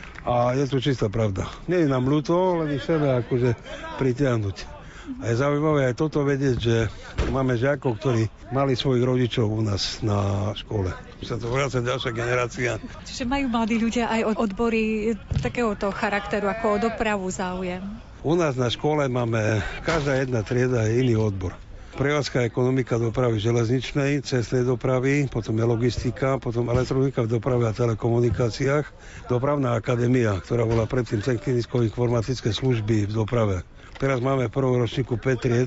a je to čistá pravda. Nie je nám ľúto, len ich chceme akože pritiahnuť. A je zaujímavé aj toto vedieť, že máme žiakov, ktorí mali svojich rodičov u nás na škole. Sa to vráca ďalšia generácia. Čiže majú mladí ľudia aj odbory takéhoto charakteru, ako o dopravu záujem? U nás na škole máme, každá jedna trieda je iný odbor. Prevádzka ekonomika dopravy železničnej, cestnej dopravy, potom je logistika, potom elektronika v doprave a telekomunikáciách, dopravná akadémia, ktorá bola predtým technicko-informatické služby v doprave. Teraz máme v prvom ročníku 5 tried,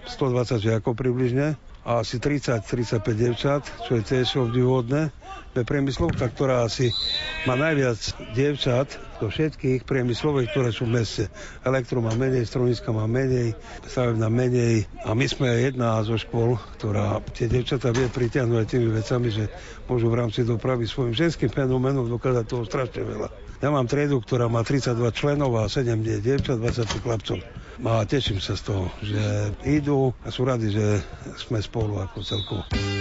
120 žiakov približne a asi 30-35 dievčat, čo je tiež obdivuhodné. To je priemyslovka, ktorá asi má najviac dievčat do všetkých priemyslových, ktoré sú v meste. Elektro má menej, strojnícka má menej, stavebná menej a my sme jedna zo škôl, ktorá tie dievčatá vie pritiahnuť aj tými vecami, že môžu v rámci dopravy svojim ženským fenoménom dokázať toho strašne veľa. Ja mám triedu, ktorá má 32 členov a 7 dievčat, 20 chlapcov. A teším sa z toho, že idú a sú radi, že sme spolu ako celkovo.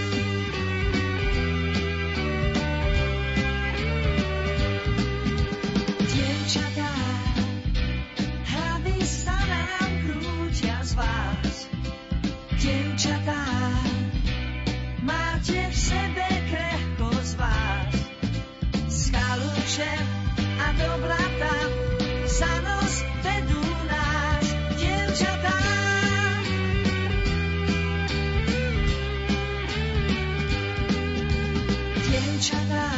Dievčatá, hlavy sa nám krútia z vás. Dievčatá, máte v sebe krehkosť vás. Skaluče a do blata za nos vedú nás. Dievčatá, dievčatá,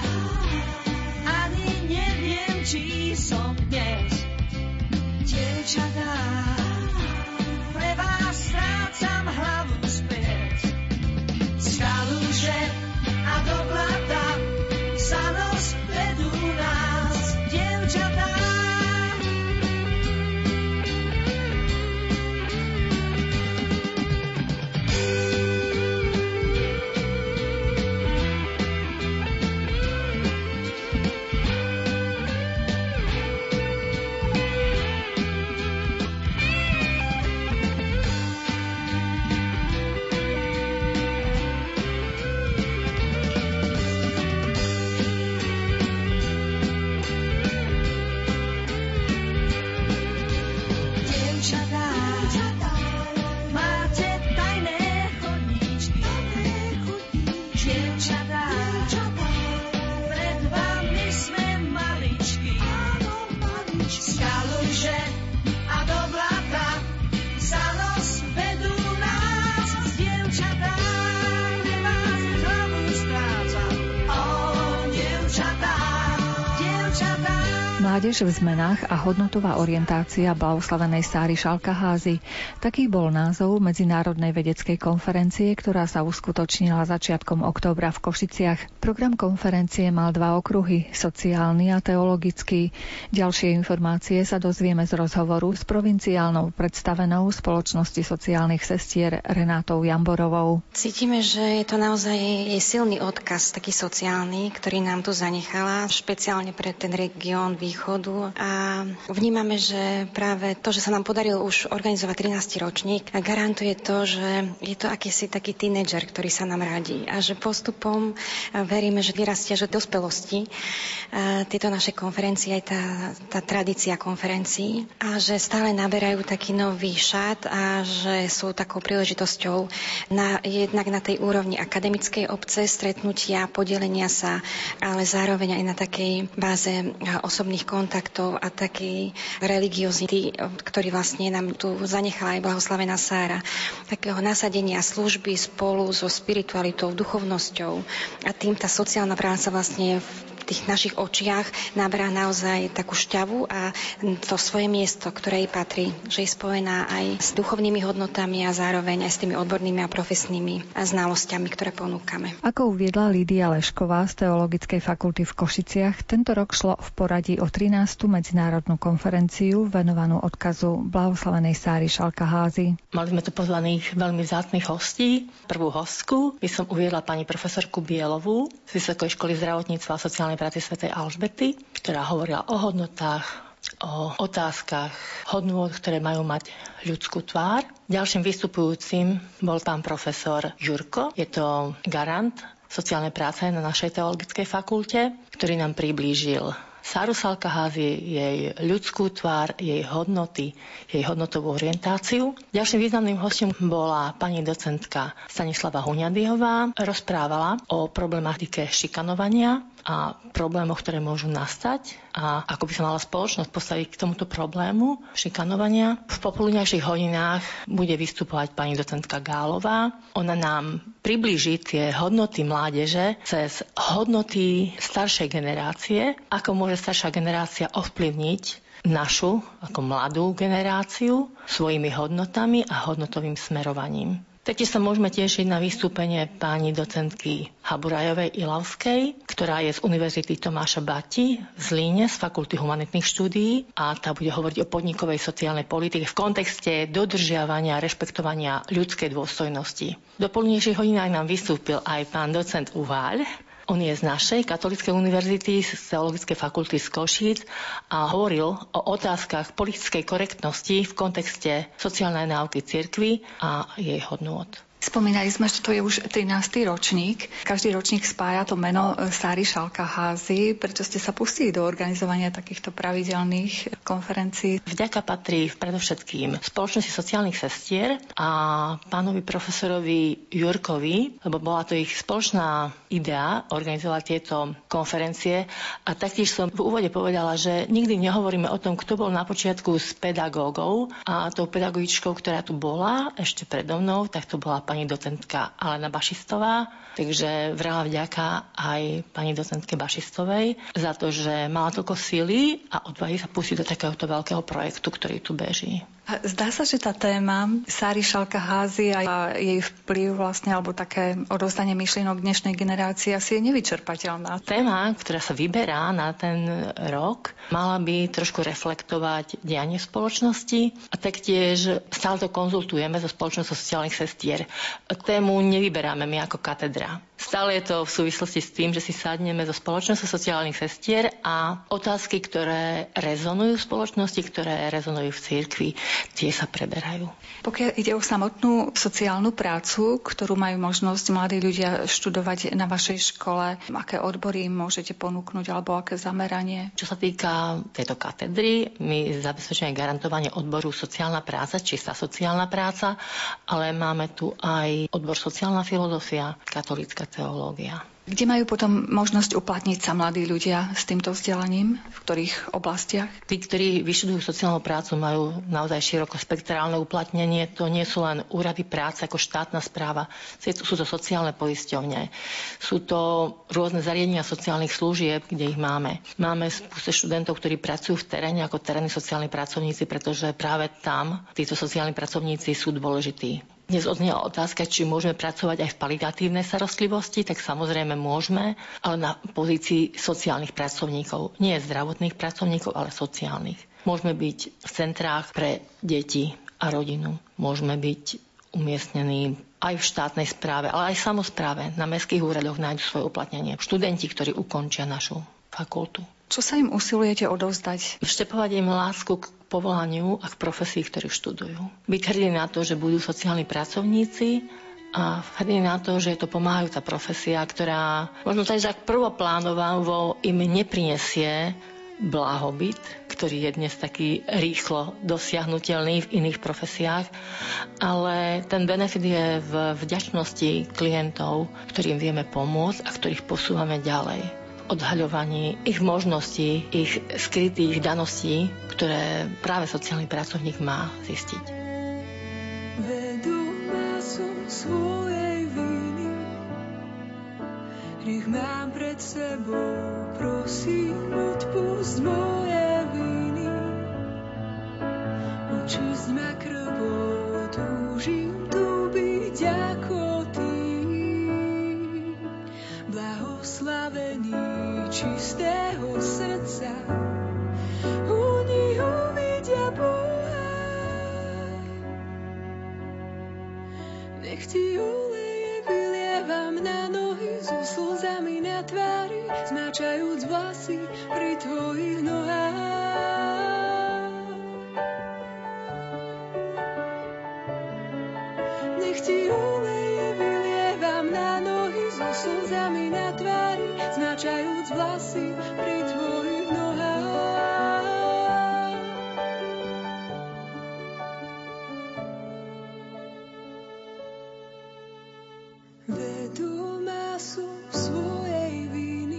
ani neviem, či som dnes. Dievčatá, pre vás strácam hlavu späť. Skaluže a do blata za nos vedú nás. Dievčatá, máte tajné chodníčky. Dievčatá, pred vami sme maličky. Skaluže a do blata za nos vedú nás. Dievčatá, pre vás hlavu Mládež v zmenách a hodnotová orientácia blahoslavenej Sáry Šalkaházy. Taký bol názov medzinárodnej vedeckej konferencie, ktorá sa uskutočnila začiatkom októbra v Košiciach. Program konferencie mal 2 okruhy, sociálny a teologický. Ďalšie informácie sa dozvieme z rozhovoru s provinciálnou predstavenou Spoločnosti sociálnych sestier Renátou Jamborovou. Cítime, že je to naozaj jej silný odkaz, taký sociálny, ktorý nám tu zanechala, špeciálne pre ten región východu, a vnímame, že práve to, že sa nám podarilo už organizovať 13. ročník, garantuje to, že je to akýsi taký tínedžer, ktorý sa nám radí a že postupom veríme, že vyrastia, že dospelosti tieto naše konferencie, aj tá tradícia konferencií, a že stále naberajú taký nový šat a že sú takou príležitosťou jednak na tej úrovni akademickej obce, stretnutia, podelenia sa, ale zároveň aj na takej báze osobných kontaktov a takej religiozity, ktorý vlastne nám tu zanechala aj blahoslavená Sára. Takého nasadenia služby spolu so spiritualitou, duchovnosťou, a tým tá sociálna práca vlastne v tých našich očiach naberá naozaj takú šťavu a to svoje miesto, ktoré jej patrí, že je spojená aj s duchovnými hodnotami a zároveň aj s tými odbornými a profesnými znalosťami, ktoré ponúkame. Ako uviedla Lídia Lešková z Teologickej fakulty v Košiciach, tento rok šlo v poradí o 13. medzinárodnú konferenciu venovanú odkazu blahoslavenej Sáry Šalkaházy. Mali sme tu pozvaných veľmi vzácnych hostí. Prvú hostku by som uviedla pani profesorku Bielovú z Vysokej školy zdravotníctva a sociálnej práce svätej Alžbety, ktorá hovorila o hodnotách, o otázkach hodnôt, ktoré majú mať ľudskú tvár. Ďalším vystupujúcim bol pán profesor Jurko. Je to garant sociálnej práce na našej teologickej fakulte, ktorý nám priblížil Sáru Šalkaházy, jej ľudskú tvár, jej hodnoty, jej hodnotovú orientáciu. Ďalším významným hostom bola pani docentka Stanislava Huňadyhová. Rozprávala o problematike šikanovania a problémoch, ktoré môžu nastať a ako by sa mala spoločnosť postaviť k tomuto problému šikanovania. V popoludňajších hodinách bude vystupovať pani docentka Gálová. Ona nám priblíži tie hodnoty mládeže cez hodnoty staršej generácie, ako môže staršia generácia ovplyvniť našu ako mladú generáciu svojimi hodnotami a hodnotovým smerovaním. Taktiež sa môžeme tešiť na vystúpenie pani docentky Haburajovej Ilavskej, ktorá je z Univerzity Tomáša Bati v Zlíne z Fakulty humanitných štúdií, a tá bude hovoriť o podnikovej sociálnej politike v kontexte dodržiavania a rešpektovania ľudskej dôstojnosti. Do poludnejších hodinách nám vystúpil aj pán docent Uvaľ. On je z našej katolíckej univerzity, z Teologickej fakulty z Košíc, a hovoril o otázkach politickej korektnosti v kontexte sociálnej náuky cirkvi a jej hodnôt. Spomínali sme, že to je už 13. ročník. Každý ročník spája to meno Sáry Šalkaházy. Prečo ste sa pustili do organizovania takýchto pravidelných konferencií? Vďaka patrí predovšetkým Spoločnosti sociálnych sestier a pánovi profesorovi Jurkovi, lebo bola to ich spoločná idea organizovať tieto konferencie. A taktiež som v úvode povedala, že nikdy nehovoríme o tom, kto bol na počiatku s pedagógov, a tou pedagogičkou, ktorá tu bola ešte predo mnou, tak to bola pani docentka Alena Bašistová. Takže veľa vďaka aj pani docentke Bašistovej za to, že mala toľko síly a odvahy sa pustiť do takéhoto veľkého projektu, ktorý tu beží. Zdá sa, že tá téma Sáry Šalkaházy a jej vplyv vlastne, alebo také odovzdanie myšlienok dnešnej generácie asi je nevyčerpateľná. Téma, ktorá sa vyberá na ten rok, mala by trošku reflektovať dianie spoločnosti, a taktiež stále to konzultujeme so Spoločnosťou sociálnych sestier. Tému nevyberáme my ako katedra. Stále je to v súvislosti s tým, že si sadneme so Spoločnosťou sociálnych sestier a otázky, ktoré rezonujú v spoločnosti, ktoré rezonujú v cirkvi, tie sa preberajú. Pokiaľ ide o samotnú sociálnu prácu, ktorú majú možnosť mladí ľudia študovať na vašej škole, aké odbory môžete ponúknuť alebo aké zameranie? Čo sa týka tejto katedry, my zabezpečujeme garantovanie odboru sociálna práca, čistá sociálna práca, ale máme tu aj odbor sociálna filozofia, katolícka teológia. Kde majú potom možnosť uplatniť sa mladí ľudia s týmto vzdelaním? V ktorých oblastiach? Tí, ktorí vyštudujú sociálnu prácu, majú naozaj širokospektrálne uplatnenie. To nie sú len úrady práce ako štátna správa, sú to sociálne poisťovne. Sú to rôzne zariadenia sociálnych služieb, kde ich máme. Máme spúste študentov, ktorí pracujú v teréne ako terénni sociálni pracovníci, pretože práve tam títo sociálni pracovníci sú dôležití. Dnes odznela otázka, či môžeme pracovať aj v paliatívnej starostlivosti, tak samozrejme môžeme, ale na pozícii sociálnych pracovníkov. Nie zdravotných pracovníkov, ale sociálnych. Môžeme byť v centrách pre deti a rodinu. Môžeme byť umiestnení aj v štátnej správe, ale aj v samospráve. Na mestských úradoch nájdu svoje uplatnenie. Študenti, ktorí ukončia našu fakultu. Čo sa im usilujete odovzdať? Vštepovať im lásku k povolaniu a k profesii, ktorú študujú. Byť hrdí na to, že budú sociálni pracovníci a hrdí na to, že je to pomáhajúca profesia, ktorá možno tak prvoplánovo im neprinesie blahobyt, ktorý je dnes taký rýchlo dosiahnutelný v iných profesiách, ale ten benefit je v vďačnosti klientov, ktorým vieme pomôcť a ktorých posúvame ďalej. Odhaľovaní ich možností, ich skrytých daností, ktoré práve sociálny pracovník má zistiť. Vedomá som svojej viny, hriech mám pred sebou, prosím, odpusť moje viny. Očisť ma krvou, túžim tu byť ako ty. Blahoslavený čistého srdca, oni uvidia Boha. Nech ti oleje vylievam na nohy, so slzami na tvári, zmáčajúc vlasy pri tvojich nohách. Nech ti oleje vylievam na nohy, so slzami na tvári, zmáčajúc vlasy pri tvojich nohách. Vedomá som svojej viny,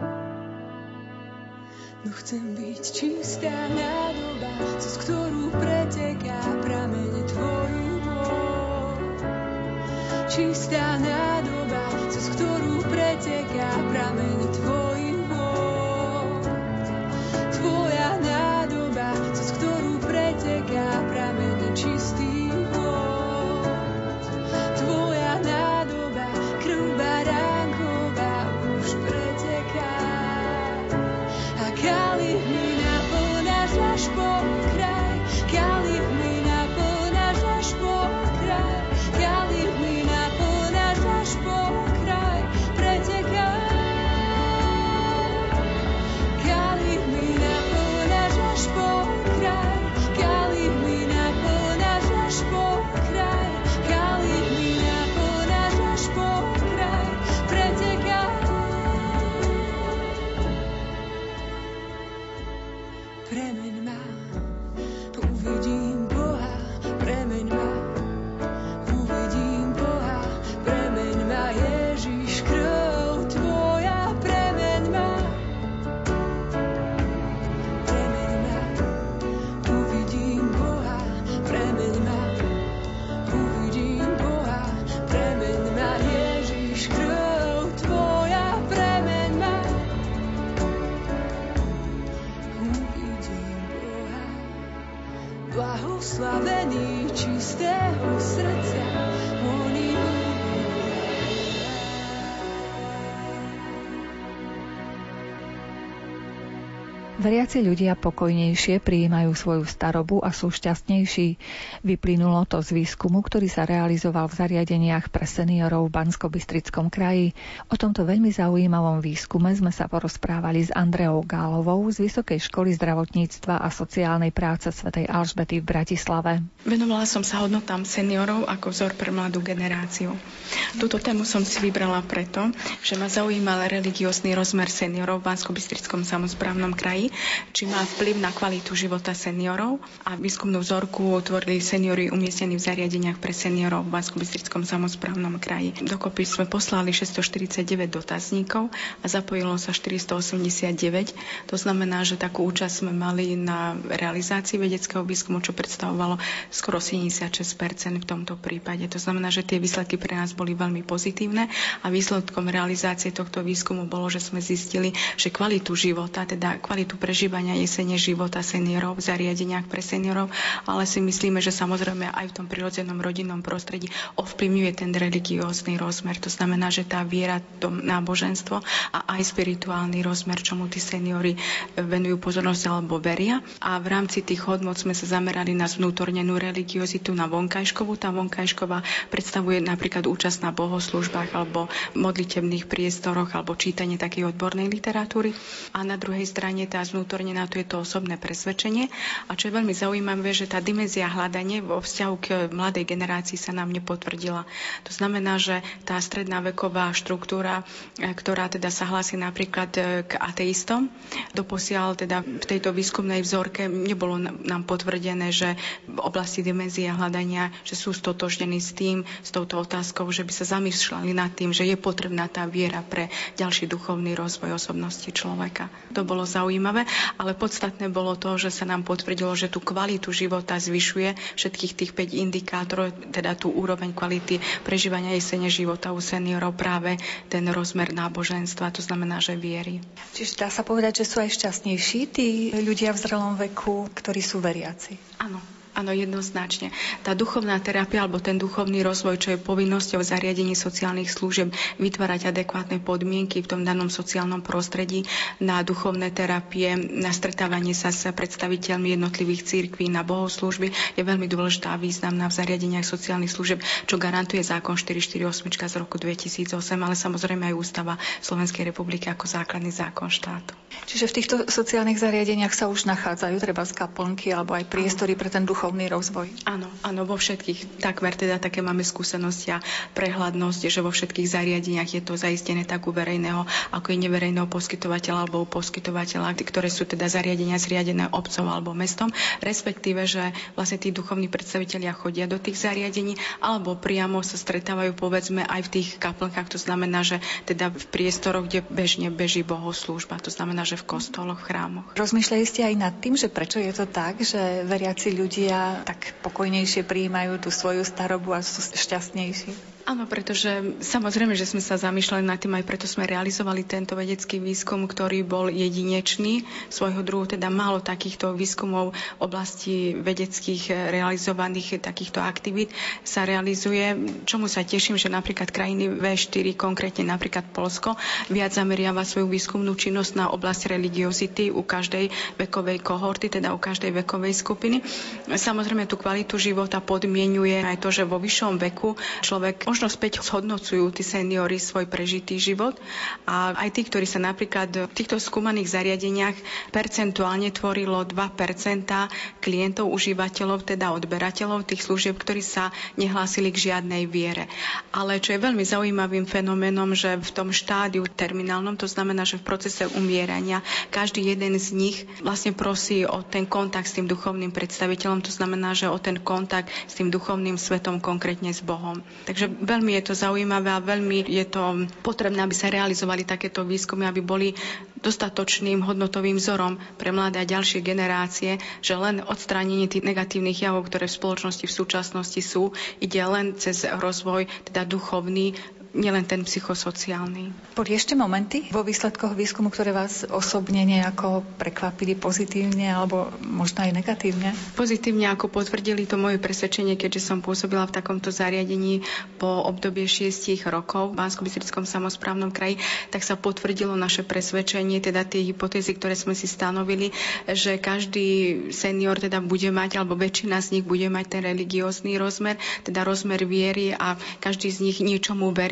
no chcem byť čistá nádoba, cez ktorú preteká prameň tvoju vôľ. Čistá nádoba, cez ktorú preteká prameň tvojich vôd. Tvoja nádoba, cez ktorú preteká prameň čistých vôd. Tvoja nádoba, krv baránková už preteká. A kalich mi naplňaš až po kraj, kalich mi naplňaš až po kraj, kalich mi naplňaš až po kraj, preteká. Kalich mi naplňaš až po kraj, kalich mi naplňaš až po kraj, kalich mi naplňaš až po kraj, preteká. Premeň ma, uvidím Boha, premeň ma, uvidím Boha, premeň ma, Ježiš, krv tvoja, premeň ma. Premeň ma, uvidím Boha, premeň ma, uvidím Boha, premeň ma, Ježiš, krv tvoja, premeň ma. Uvidím Boha, blahoslavený čistého srdca, oni Veriaci ľudia pokojnejšie prijímajú svoju starobu a sú šťastnejší. Vyplynulo to z výskumu, ktorý sa realizoval v zariadeniach pre seniorov v Banskobystrickom kraji. O tomto veľmi zaujímavom výskume sme sa porozprávali s Andreou Gálovou z Vysokej školy zdravotníctva a sociálnej práce svätej Alžbety v Bratislave. Venovala som sa hodnotám seniorov ako vzor pre mladú generáciu. Túto tému som si vybrala preto, že ma zaujímal religiózny rozmer seniorov v Banskobystrickom samosprávnom kraji kraji, či má vplyv na kvalitu života seniorov. A výskumnú vzorku utvorili seniori umiestnení v zariadeniach pre seniorov v Banskobystrickom samosprávnom kraji. Dokopy sme poslali 649 dotazníkov a zapojilo sa 489. To znamená, že takú účasť sme mali na realizácii vedeckého výskumu, čo predstavovalo skoro 76% v tomto prípade. To znamená, že tie výsledky pre nás boli veľmi pozitívne a výsledkom realizácie tohto výskumu bolo, že sme zistili, že kvalitu života, teda kvalitu prežívania jesene života seniorov v zariadeniach pre seniorov, ale si myslíme, že samozrejme aj v tom prirodzenom rodinnom prostredí ovplyvňuje ten religiózny rozmer. To znamená, že tá viera, to náboženstvo a aj spirituálny rozmer, čomu tí seniori venujú pozornosť alebo veria. A v rámci tých hodnot sme sa zamerali na zvnútornenú religiozitu, na vonkajškovú. Tá vonkajšková predstavuje napríklad účasť na bohoslúžbách alebo modlitebných priestoroch alebo čítanie takej odbornej literatúry. A na druhej strane tá zvnútornená, to je to osobné presvedčenie. A čo je veľmi zaujímavé, že tá dimenzia hľadanie vo vzťahu k mladej generácii sa nám nepotvrdila. To znamená, že tá stredná veková štruktúra, ktorá teda sa hlási napríklad k ateistom, doposiaľ teda v tejto výskumnej vzorke nebolo nám potvrdené, že v oblasti dimenzie hľadania, že sú stotožnení s tým, s touto otázkou, že by sa zamýšľali nad tým, že je potrebná tá viera pre ďalší duchovný rozvoj osobnosti človeka. To bolo zaujímavé, ale podstatné bolo to, že sa nám potvrdilo, že tú kvalitu života zvyšuje všetkých tých 5 indikátorov, teda tú úroveň kvality prežívania jesene života u seniorov práve ten rozmer náboženstva, to znamená, že viery. Čiže dá sa povedať, že sú aj šťastnejší tí ľudia v zrelom veku, ktorí sú veriaci? Áno. Áno, jednoznačne. Tá duchovná terapia alebo ten duchovný rozvoj, čo je povinnosťou v zariadení sociálnych služieb vytvárať adekvátne podmienky v tom danom sociálnom prostredí na duchovné terapie, na stretávanie sa s predstaviteľmi jednotlivých cirkví, na bohoslúžby, je veľmi dôležitá a významná v zariadeniach sociálnych služieb, čo garantuje zákon 448 z roku 2008, ale samozrejme aj ústava Slovenskej republiky ako základný zákon štátu. Čiže v týchto sociálnych zariadeniach sa už nachádzajú treba z kaplnky alebo aj priestory pre ten duchovný rozvoj? Áno, vo všetkých, takmer teda také máme skúsenosti a prehľadnosť, že vo všetkých zariadeniach je to zaistené tak u verejného, ako i neverejného poskytovateľa alebo u poskytovateľa, ktoré sú teda zariadenia zriadené obcom alebo mestom, respektíve, že vlastne tí duchovní predstavitelia chodia do tých zariadení alebo priamo sa stretávajú povedzme aj v tých kaplnkách, to znamená, že teda v priestoroch, kde bežne beží bohoslúžba, to znamená, že v kostoloch, v chrámoch. Rozmýšľali ste aj nad tým, že prečo je to tak, že veriaci ľudia tak pokojnejšie prijímajú tú svoju starobu a sú šťastnejší? Áno, pretože samozrejme, že sme sa zamýšľali nad tým, aj preto sme realizovali tento vedecký výskum, ktorý bol jedinečný svojho druhu, teda málo takýchto výskumov v oblasti vedeckých realizovaných takýchto aktivít sa realizuje. Čomu sa teším, že napríklad krajiny V4, konkrétne napríklad Poľsko, viac zameriava svoju výskumnú činnosť na oblasť religiozity u každej vekovej kohorty, teda u každej vekovej skupiny. Samozrejme, tú kvalitu života podmienuje aj to, že vo vyššom veku človek možno späť zhodnocujú tí seniori svoj prežitý život a aj tí, ktorí sa napríklad v týchto skúmaných zariadeniach percentuálne tvorilo 2% klientov, užívateľov, teda odberateľov tých služieb, ktorí sa nehlásili k žiadnej viere. Ale čo je veľmi zaujímavým fenoménom, že v tom štádiu terminálnom, to znamená, že v procese umierania, každý jeden z nich vlastne prosí o ten kontakt s tým duchovným predstaviteľom, to znamená, že o ten kontakt s tým duchovným svetom, konkrétne s Bohom. Takže veľmi je to zaujímavé a veľmi je to potrebné, aby sa realizovali takéto výskumy, aby boli dostatočným hodnotovým vzorom pre mladé a ďalšie generácie, že len odstránenie tých negatívnych javov, ktoré v spoločnosti v súčasnosti sú, ide len cez rozvoj, teda duchovný, nielen ten psychosociálny. Boli ešte momenty vo výsledkoch výskumu, ktoré vás osobne nejako prekvapili pozitívne alebo možno aj negatívne? Pozitívne ako potvrdili to moje presvedčenie, keďže som pôsobila v takomto zariadení po obdobie 6 rokov v Banskobystrickom samosprávnom kraji, tak sa potvrdilo naše presvedčenie, teda tie hypotézy, ktoré sme si stanovili, že každý senior teda bude mať, alebo väčšina z nich bude mať ten religiózny rozmer, teda rozmer viery a každý z nich niečomu verí.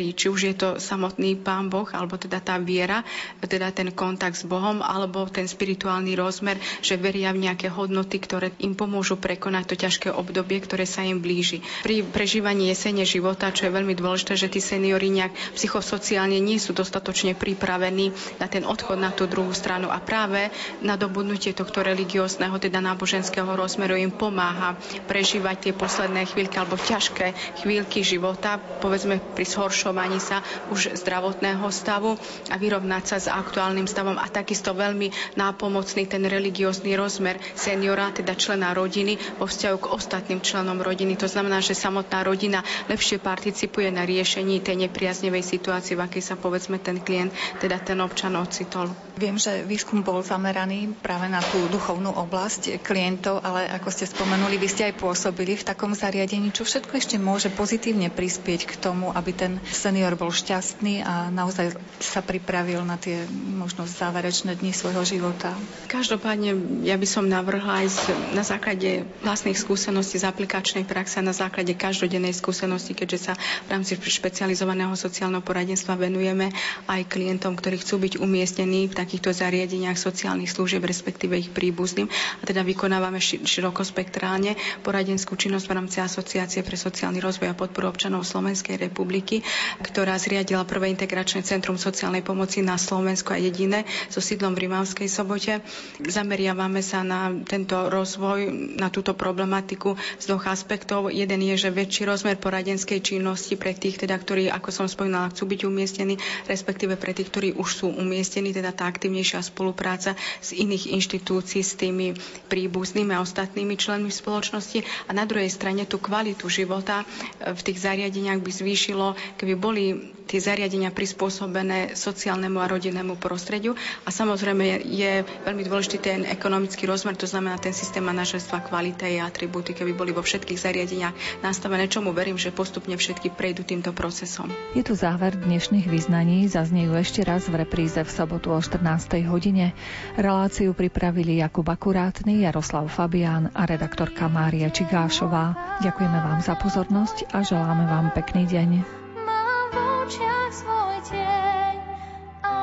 verí. Či už je to samotný Pán Boh, alebo teda tá viera, teda ten kontakt s Bohom, alebo ten spirituálny rozmer, že veria v nejaké hodnoty, ktoré im pomôžu prekonať to ťažké obdobie, ktoré sa im blíži. Pri prežívaní jesene života, čo je veľmi dôležité, že tí seniori nejak psychosociálne nie sú dostatočne pripravení na ten odchod na tú druhú stranu a práve nadobudnutie tohto religiózneho, teda náboženského rozmeru im pomáha prežívať tie posledné chvíľky alebo ťažké chvíľky života, povedzme pri zhoršovaní sa už zdravotného stavu a vyrovnať sa s aktuálnym stavom a takisto veľmi nápomocný ten religiózny rozmer seniora, teda člena rodiny vo vzťahu k ostatným členom rodiny. To znamená, že samotná rodina lepšie participuje na riešení tej nepriaznevej situácie, v akej sa povedzme ten klient, teda ten občan ocitol. Viem, že výskum bol zameraný práve na tú duchovnú oblasť klientov, ale ako ste spomenuli, vy ste aj pôsobili v takom zariadení, čo všetko ešte môže pozitívne prispieť k tomu, aby ten senior bol šťastný a naozaj sa pripravil na tie možno záverečné dni svojho života. Každopádne ja by som navrhla aj na základe vlastných skúseností z aplikačnej praxe a na základe každodennej skúsenosti, keďže sa v rámci špecializovaného sociálneho poradenstva venujeme aj klientom, ktorí chcú byť umiestnení v takýchto zariadeniach sociálnych služieb, respektíve ich príbuzným. A teda vykonávame širokospektrálne poradenskú činnosť v rámci Asociácie pre sociálny rozvoj a podporu občanov Slovenskej republiky, ktorá zriadila prvé integračné centrum sociálnej pomoci na Slovensku a jediné so sídlom v Rimavskej Sobote. Zameriavame sa na tento rozvoj, na túto problematiku z dvoch aspektov. Jeden je, že väčší rozmer poradenskej činnosti pre tých, teda, ktorí, ako som spomínala, chcú byť umiestnení, respektíve pre tých, ktorí už sú umiestnení, teda tá aktívnejšia spolupráca z iných inštitúcií s tými príbuznými a ostatnými členmi spoločnosti. A na druhej strane tú kvalitu života v tých zariadeniach by zvýšilo, keby boli tie zariadenia prispôsobené sociálnemu a rodinnému prostrediu. A samozrejme je veľmi dôležitý ten ekonomický rozmer, to znamená ten systém manažerstva, kvalita a atribúty, keby boli vo všetkých zariadeniach nastavené, čomu verím, že postupne všetky prejdú týmto procesom. Je tu záver dnešných vyznaní, zaznejú ešte raz v repríze v sobotu o 14. hodine. Reláciu pripravili Jakub Akurátny, Jaroslav Fabián a redaktorka Mária Čigášová. Ďakujeme vám za pozornosť a želáme vám pekný deň. Mám v očiach svoj tieň a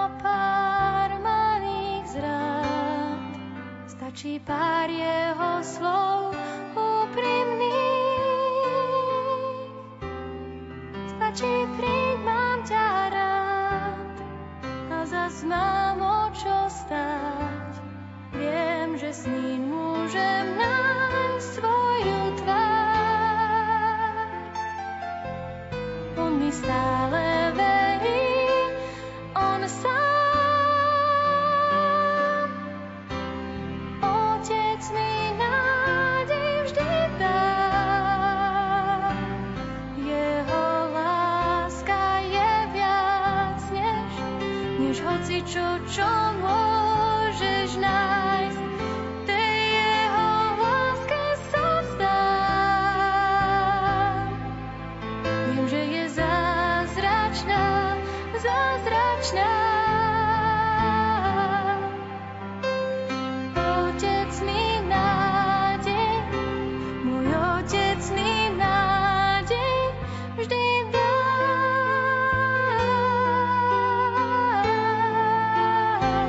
pár malých zrán. Stačí pár jeho slov úprimných. Stačí príď, mám ťa rád a zas mám o čo stáť. Viem, že s ním môžem nájsť svoju tvár. On mi stále verí, on sám. Otec mi nádej vždy dá. Jeho láska je viac než hocičo, čo môžeš nájsť. Tej jeho láske sa vzdám. Viem, že je zázračná, zázračná. Otec mi nádej, môj otec mi nádej vždy dá.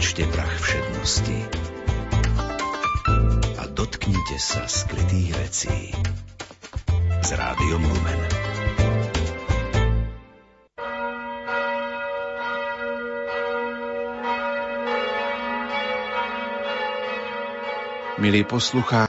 Vytečte prach všednosti a dotknite sa skrytých vecí s Rádiom Lumen. Milí poslucháči,